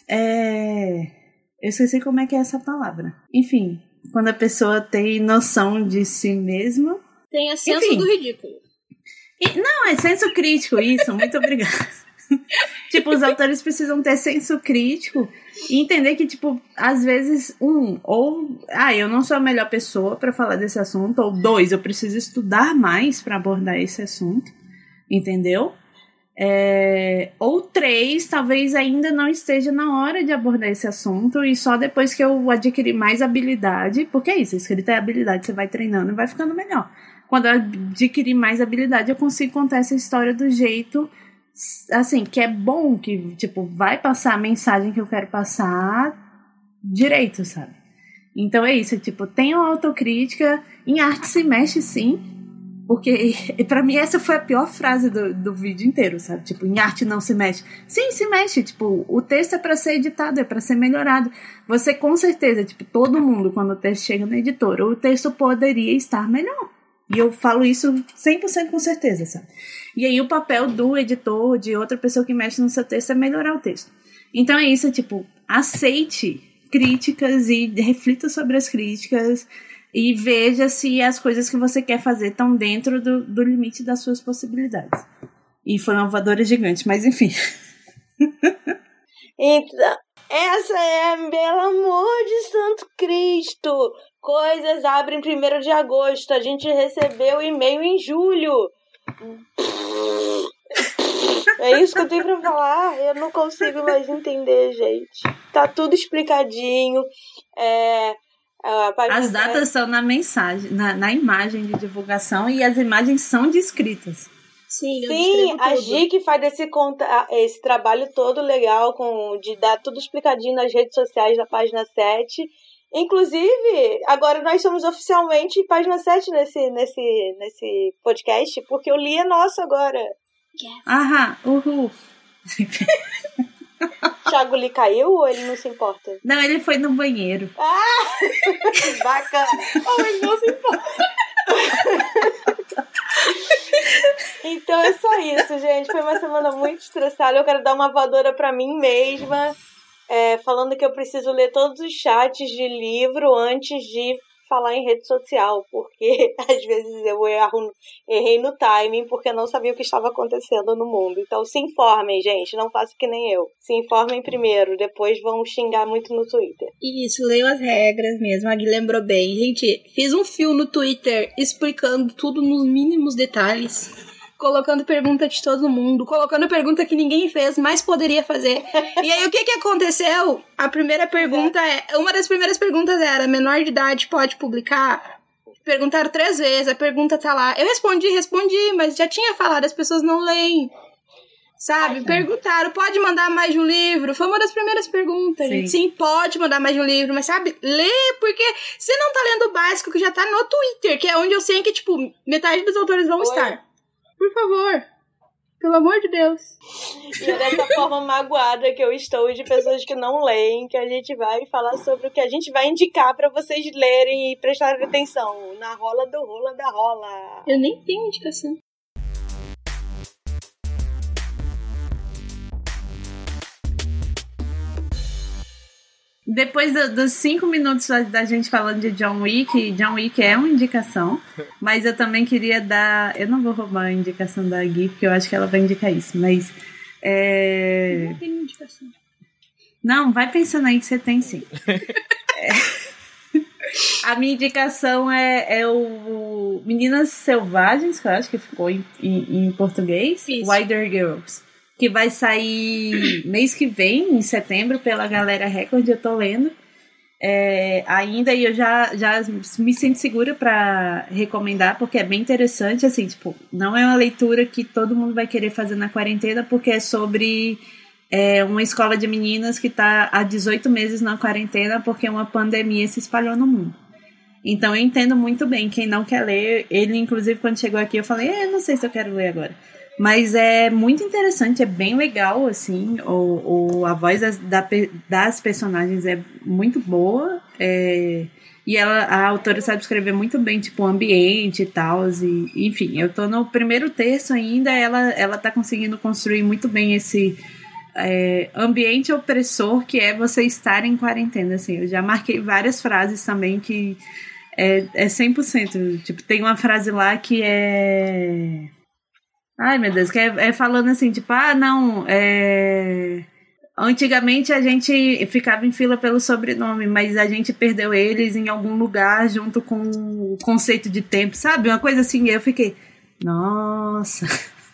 Eu esqueci como é que é essa palavra. Enfim, quando a pessoa tem noção de si mesma... Tem a senso do ridículo. Não, é senso crítico isso, muito obrigada. Tipo, os autores precisam ter senso crítico e entender que, tipo, às vezes, eu não sou a melhor pessoa para falar desse assunto, ou 2, eu preciso estudar mais para abordar esse assunto, entendeu? Ou 3, talvez ainda não esteja na hora de abordar esse assunto e só depois que eu adquirir mais habilidade, porque é isso, escrita é habilidade, você vai treinando e vai ficando melhor. Quando eu adquirir mais habilidade, eu consigo contar essa história do jeito, assim, que é bom, que, tipo, vai passar a mensagem que eu quero passar direito, sabe? Então é isso, tipo, tenha uma autocrítica, em arte se mexe sim, porque pra mim essa foi a pior frase do vídeo inteiro, sabe? Tipo, em arte não se mexe. Sim, se mexe, tipo, o texto é pra ser editado, é pra ser melhorado. Você com certeza, tipo, todo mundo, quando o texto chega na editora, o texto poderia estar melhor. E eu falo isso 100% com certeza, sabe? E aí o papel do editor, de outra pessoa que mexe no seu texto, é melhorar o texto. Então é isso, tipo, aceite críticas e reflita sobre as críticas e veja se as coisas que você quer fazer estão dentro do limite das suas possibilidades. E foi uma voadora gigante, mas enfim. Então, essa é, pelo amor de Santo Cristo, coisas abrem 1º de agosto, a gente recebeu o e-mail em julho. É isso que eu tenho pra falar, eu não consigo mais entender, gente. Tá tudo explicadinho, as datas estão na mensagem, na imagem de divulgação e as imagens são descritas. Sim, a Gi que faz esse trabalho todo legal de dar tudo explicadinho nas redes sociais da página 7. Inclusive, agora nós somos oficialmente página 7 nesse podcast, porque o Li é nosso agora. Yes. Aham, uhul. Thiago Li caiu ou ele não se importa? Não, ele foi no banheiro. Bacana. Oh, ele não se importa. Então é só isso, gente. Foi uma semana muito estressada. Eu quero dar uma voadora pra mim mesma, falando que eu preciso ler todos os chats de livro antes de falar em rede social, porque às vezes eu errei no timing porque não sabia o que estava acontecendo no mundo. Então se informem, gente, não façam que nem eu. Se informem primeiro, depois vão xingar muito no Twitter. Isso, leiam as regras mesmo, a Gui lembrou bem. Gente, fiz um fio no Twitter explicando tudo nos mínimos detalhes, colocando pergunta de todo mundo, colocando pergunta que ninguém fez, mas poderia fazer. E aí, o que aconteceu? A primeira pergunta uma das primeiras perguntas era, menor de idade pode publicar? Perguntaram 3 vezes, a pergunta tá lá. Eu respondi, mas já tinha falado, as pessoas não leem. Sabe? Perguntaram, pode mandar mais de um livro? Foi uma das primeiras perguntas. Sim. Sim, pode mandar mais de um livro, mas sabe, lê, porque você não tá lendo o básico que já tá no Twitter, que é onde eu sei que, tipo, metade dos autores vão estar. Por favor. Pelo amor de Deus. E é dessa forma magoada que eu estou de pessoas que não leem, que a gente vai falar sobre o que a gente vai indicar pra vocês lerem e prestarem atenção. Na rola do rola da rola. Eu nem tenho indicação. Depois dos 5 minutos da gente falando de John Wick é uma indicação, mas eu também queria dar... Eu não vou roubar a indicação da Gui, porque eu acho que ela vai indicar isso, mas... Não tem indicação. Não, vai pensando aí que você tem sim. A minha indicação é o Meninas Selvagens, que eu acho que ficou em português, isso. Wilder Girls, que vai sair mês que vem, em setembro, pela Galera Record. Eu tô lendo ainda, e eu já me sinto segura pra recomendar, porque é bem interessante, assim, tipo, não é uma leitura que todo mundo vai querer fazer na quarentena, porque é sobre uma escola de meninas que tá há 18 meses na quarentena, porque uma pandemia se espalhou no mundo. Então eu entendo muito bem quem não quer ler. Ele, inclusive, quando chegou aqui, eu falei, não sei se eu quero ler agora. Mas é muito interessante, é bem legal, assim, a voz das personagens é muito boa, e a autora sabe escrever muito bem, tipo, o ambiente e tal, e enfim, eu tô no primeiro terço ainda, ela tá conseguindo construir muito bem esse ambiente opressor que é você estar em quarentena, assim. Eu já marquei várias frases também que é 100%, tipo, tem uma frase lá que Ai, meu Deus, que é falando assim, tipo, não, antigamente a gente ficava em fila pelo sobrenome, mas a gente perdeu eles em algum lugar junto com o conceito de tempo, sabe? Uma coisa assim, eu fiquei, nossa.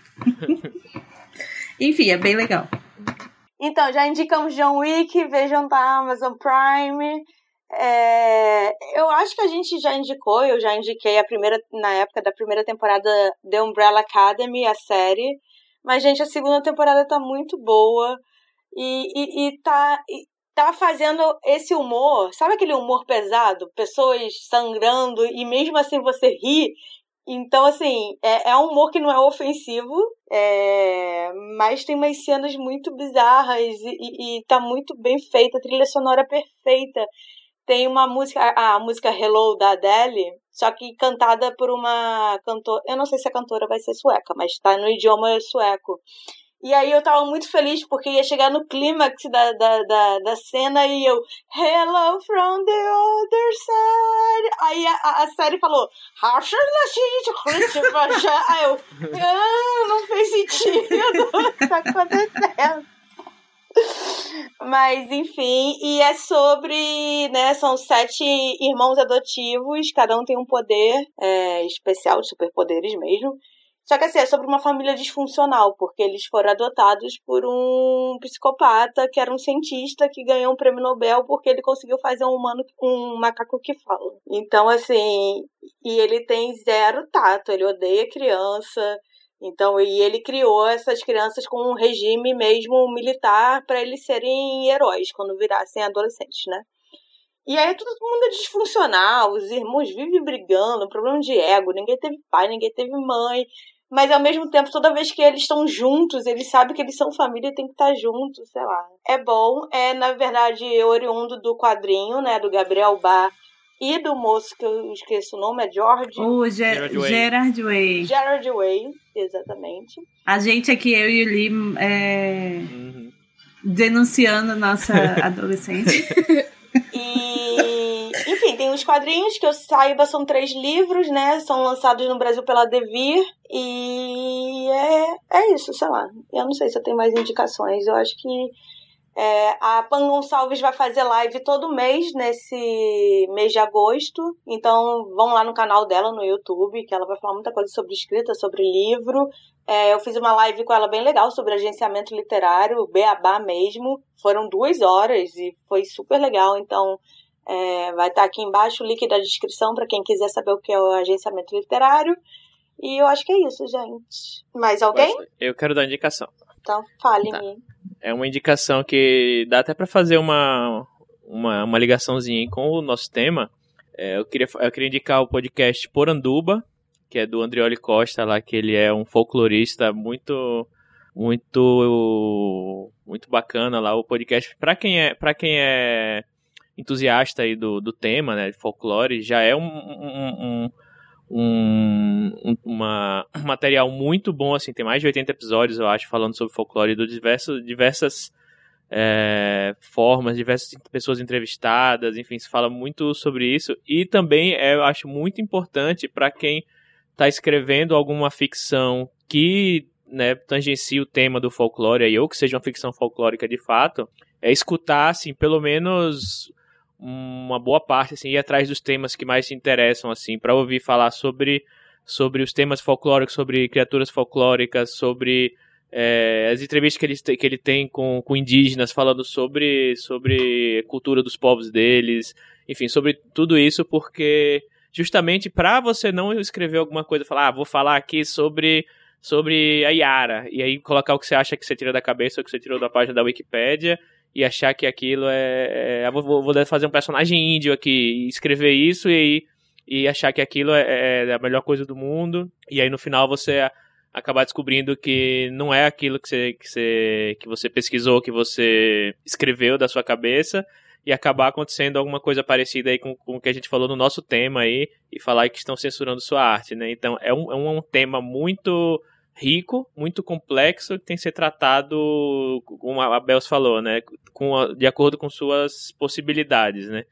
Enfim, é bem legal. Então, já indicamos John Wick, vejam da Amazon Prime. Eu acho que a gente já indicou, eu já indiquei na época da primeira temporada The Umbrella Academy, a série. Mas, gente, a segunda temporada tá muito boa e tá fazendo esse humor, sabe aquele humor pesado? Pessoas sangrando e mesmo assim você ri. Então, assim, é um humor que não é ofensivo, mas tem umas cenas muito bizarras e tá muito bem feita, a trilha sonora perfeita. Tem uma música, a música Hello, da Adele, só que cantada por uma cantora, eu não sei se a cantora vai ser sueca, mas tá no idioma sueco. E aí eu tava muito feliz porque ia chegar no clímax da cena e eu Hello from the other side. Aí a série falou aí eu não fez sentido o que tá acontecendo. Mas enfim, e é sobre, né, são 7 irmãos adotivos, cada um tem um poder especial, de superpoderes mesmo. Só que assim, é sobre uma família disfuncional, porque eles foram adotados por um psicopata que era um cientista que ganhou um prêmio Nobel porque ele conseguiu fazer um macaco que fala. Então, assim, e ele tem 0 tato, ele odeia criança. Então, e ele criou essas crianças com um regime mesmo militar para eles serem heróis quando virassem adolescentes, né? E aí todo mundo é disfuncional, os irmãos vivem brigando, problema de ego, ninguém teve pai, ninguém teve mãe. Mas, ao mesmo tempo, toda vez que eles estão juntos, eles sabem que eles são família e tem que estar juntos, sei lá. É bom, na verdade, oriundo do quadrinho, né, do Gabriel Bá e do moço, que eu esqueço o nome, é George... Gerard Way. Gerard Way, exatamente. A gente aqui, eu e o Lee, denunciando nossa adolescência. E, enfim, tem os quadrinhos que eu saiba, são 3 livros, né? São lançados no Brasil pela Devir. E é isso, sei lá. Eu não sei se eu tenho mais indicações. Eu acho que a Pan Gonçalves vai fazer live todo mês, nesse mês de agosto. Então, vão lá no canal dela no YouTube, que ela vai falar muita coisa sobre escrita, sobre livro. Eu fiz uma live com ela bem legal sobre agenciamento literário, beabá mesmo. Foram 2 horas e foi super legal. Então, vai estar aqui embaixo o link da descrição para quem quiser saber o que é o agenciamento literário. E eu acho que é isso, gente. Mais alguém? Eu quero dar indicação. Então, fale-me. É uma indicação que dá até para fazer uma ligaçãozinha com o nosso tema. Eu queria indicar o podcast Poranduba, que é do Andrioli Costa, lá, que ele é um folclorista muito, muito, muito bacana lá. O podcast, para quem é entusiasta aí do tema, né, de folclore, já é um material muito bom, assim, tem mais de 80 episódios, eu acho, falando sobre folclore de diversas formas, diversas pessoas entrevistadas, enfim, se fala muito sobre isso. E também eu acho muito importante para quem está escrevendo alguma ficção que, né, tangencie o tema do folclore, ou que seja uma ficção folclórica de fato, escutar, assim, pelo menos uma boa parte, assim, ir atrás dos temas que mais te interessam, assim, para ouvir falar sobre os temas folclóricos, sobre criaturas folclóricas, sobre as entrevistas que ele tem com indígenas, falando sobre a cultura dos povos deles, enfim, sobre tudo isso, porque justamente para você não escrever alguma coisa, falar, vou falar aqui sobre a Yara, e aí colocar o que você acha que você tira da cabeça, ou que você tirou da página da Wikipédia, e achar que aquilo vou fazer um personagem índio aqui, e escrever isso, e achar que aquilo é a melhor coisa do mundo, e aí no final você acabar descobrindo que não é aquilo que você pesquisou, que você escreveu da sua cabeça, e acabar acontecendo alguma coisa parecida aí com o que a gente falou no nosso tema aí, e falar que estão censurando sua arte, né? Então é um tema muito rico, muito complexo, que tem que ser tratado, como a Bels falou, né, de acordo com suas possibilidades, né?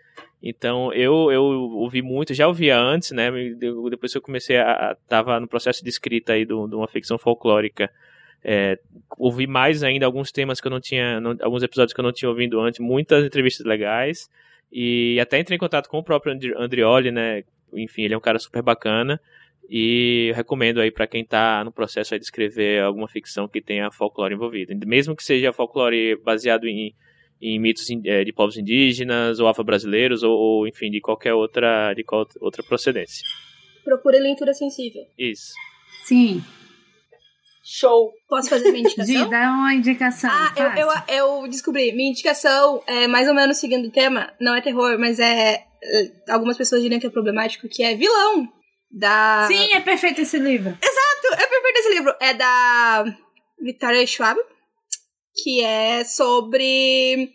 Então, eu ouvi muito, já ouvia antes, né? Depois que eu comecei tava no processo de escrita aí de uma ficção folclórica. Ouvi mais ainda alguns temas que eu não tinha, alguns episódios que eu não tinha ouvido antes, muitas entrevistas legais, e até entrei em contato com o próprio Andrioli, né? Enfim, ele é um cara super bacana, e eu recomendo aí pra quem tá no processo aí de escrever alguma ficção que tenha folclore envolvido, mesmo que seja folclore baseado em mitos de povos indígenas ou afro-brasileiros ou enfim, de qualquer outra procedência. Procure leitura sensível. Isso. Sim. Show. Posso fazer minha indicação? Dá uma indicação. Eu descobri. Minha indicação é mais ou menos seguindo o tema. Não é terror, mas algumas pessoas diriam que é problemático, que é vilão. Sim, é perfeito esse livro. Exato, é perfeito esse livro. É da Victoria Schwab, que é sobre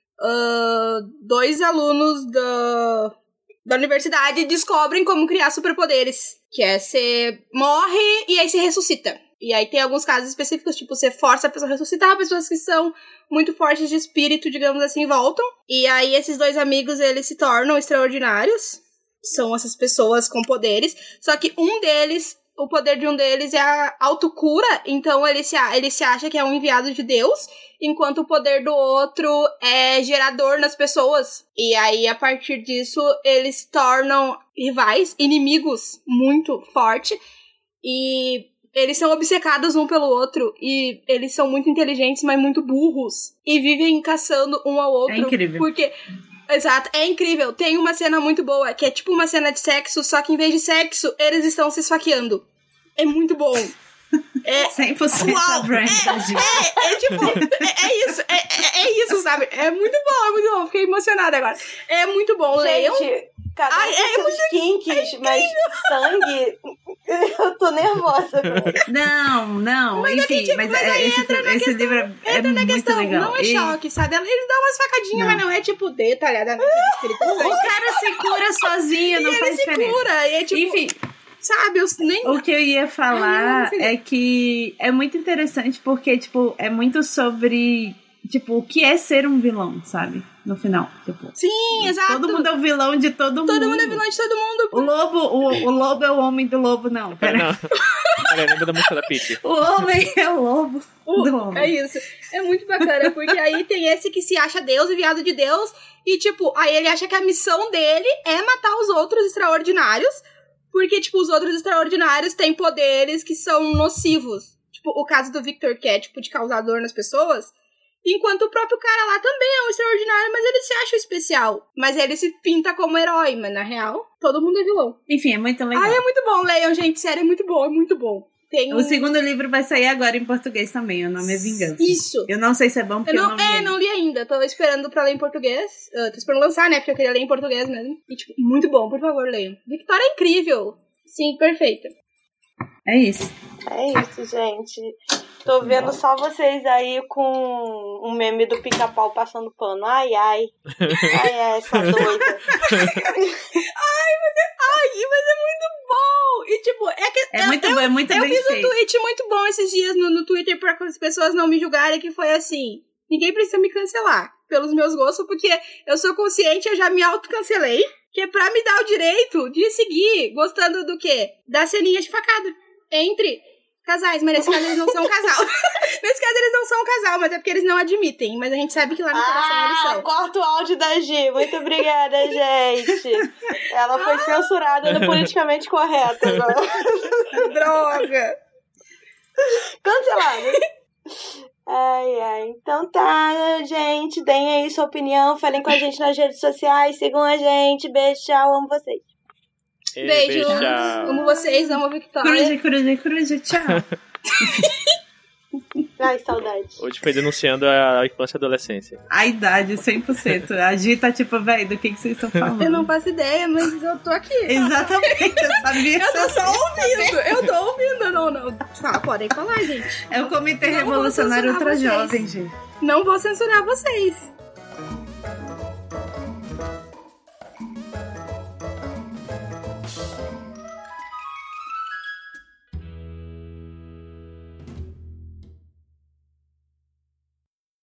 dois alunos da universidade descobrem como criar superpoderes. Que é você morre e aí você ressuscita. E aí tem alguns casos específicos, tipo, você força a pessoa a ressuscitar, pessoas que são muito fortes de espírito, digamos assim, voltam. E aí esses dois amigos, eles se tornam extraordinários. São essas pessoas com poderes. Só que o poder de um deles é a autocura, então ele se acha que é um enviado de Deus, enquanto o poder do outro é gerador nas pessoas. E aí, a partir disso, eles se tornam rivais, inimigos muito fortes, e eles são obcecados um pelo outro, e eles são muito inteligentes, mas muito burros, e vivem caçando um ao outro. É incrível. Porque... Exato, é incrível. Tem uma cena muito boa, que é tipo uma cena de sexo, só que em vez de sexo, eles estão se esfaqueando. É muito bom. 100% uau, brand da gente. É isso, sabe? É muito bom. Fiquei emocionada agora. É muito bom, leiam. Gente, cada um tem seus kinks, mas sangue... Eu tô nervosa. Não. Mas enfim, esse livro é muito questão, legal. Não é choque, sabe? Ele dá umas facadinhas, mas não é tipo detalhadamente. O cara se cura sozinho, não faz diferença. Ele se cura, e é tipo... Enfim... Sabe, o que eu ia falar é que é muito interessante porque, tipo, é muito sobre, tipo, o que é ser um vilão, sabe? No final, tipo. Sim, exato. Todo mundo é o vilão de todo mundo. Todo mundo é vilão de todo mundo. O lobo é o homem do lobo, não. Peraí, lembra da música da Pitty. O homem é o lobo do homem. É isso. É muito bacana, porque aí tem esse que se acha Deus, enviado de Deus, e, tipo, aí ele acha que a missão dele é matar os outros extraordinários, porque, tipo, os outros extraordinários têm poderes que são nocivos. Tipo, o caso do Victor, que é, tipo, de causar dor nas pessoas. Enquanto o próprio cara lá também é um extraordinário, mas ele se acha especial. Mas ele se pinta como herói, mas na real, todo mundo é vilão. Enfim, é muito legal. É muito bom, leiam, gente. Sério, é muito bom. O segundo livro vai sair agora em português também, o nome é Vingança. Isso. Eu não sei se é bom, porque eu não li. Não li ainda. Tô esperando pra ler em português. Tô esperando lançar, né? Porque eu queria ler em português mesmo. E, tipo, muito bom, por favor, leiam. Victoria é incrível. Sim, perfeita. É isso. É isso, gente. Tô vendo só vocês aí com um meme do pica-pau passando pano. Ai, essa doida. Mas é muito bom. E tipo, é muito bom, é muito bem feito. Eu fiz um tweet muito bom esses dias no Twitter pra as pessoas não me julgarem, que foi assim: ninguém precisa me cancelar pelos meus gostos, porque eu sou consciente, eu já me autocancelei, que é pra me dar o direito de seguir gostando do quê? Da ceninha de facada entre casais, mas nesse caso eles não são um casal. Nesse caso eles não são um casal, mas é porque eles não admitem. Mas a gente sabe que lá no coração eles são. Corta o áudio da Gi. Muito obrigada, gente. Ela foi censurada no politicamente correto agora. Droga. Cancelada. Ai. Então tá, gente. Deem aí sua opinião. Falem com a gente nas redes sociais. Sigam a gente. Beijo, tchau. Amo vocês. Beijo. Amo vocês, amo a Victoria. Coruja, tchau. Ai, saudade. Hoje foi denunciando a infância e a adolescência. A idade, 100%. A Gi tá tipo, velho, do que vocês estão falando? Eu não faço ideia, mas eu tô aqui. Exatamente, eu sabia. Eu tô só ouvindo. Eu tô ouvindo. Não. Podem falar, gente. É o Comitê Revolucionário Ultra Jovem, gente. Não vou censurar vocês.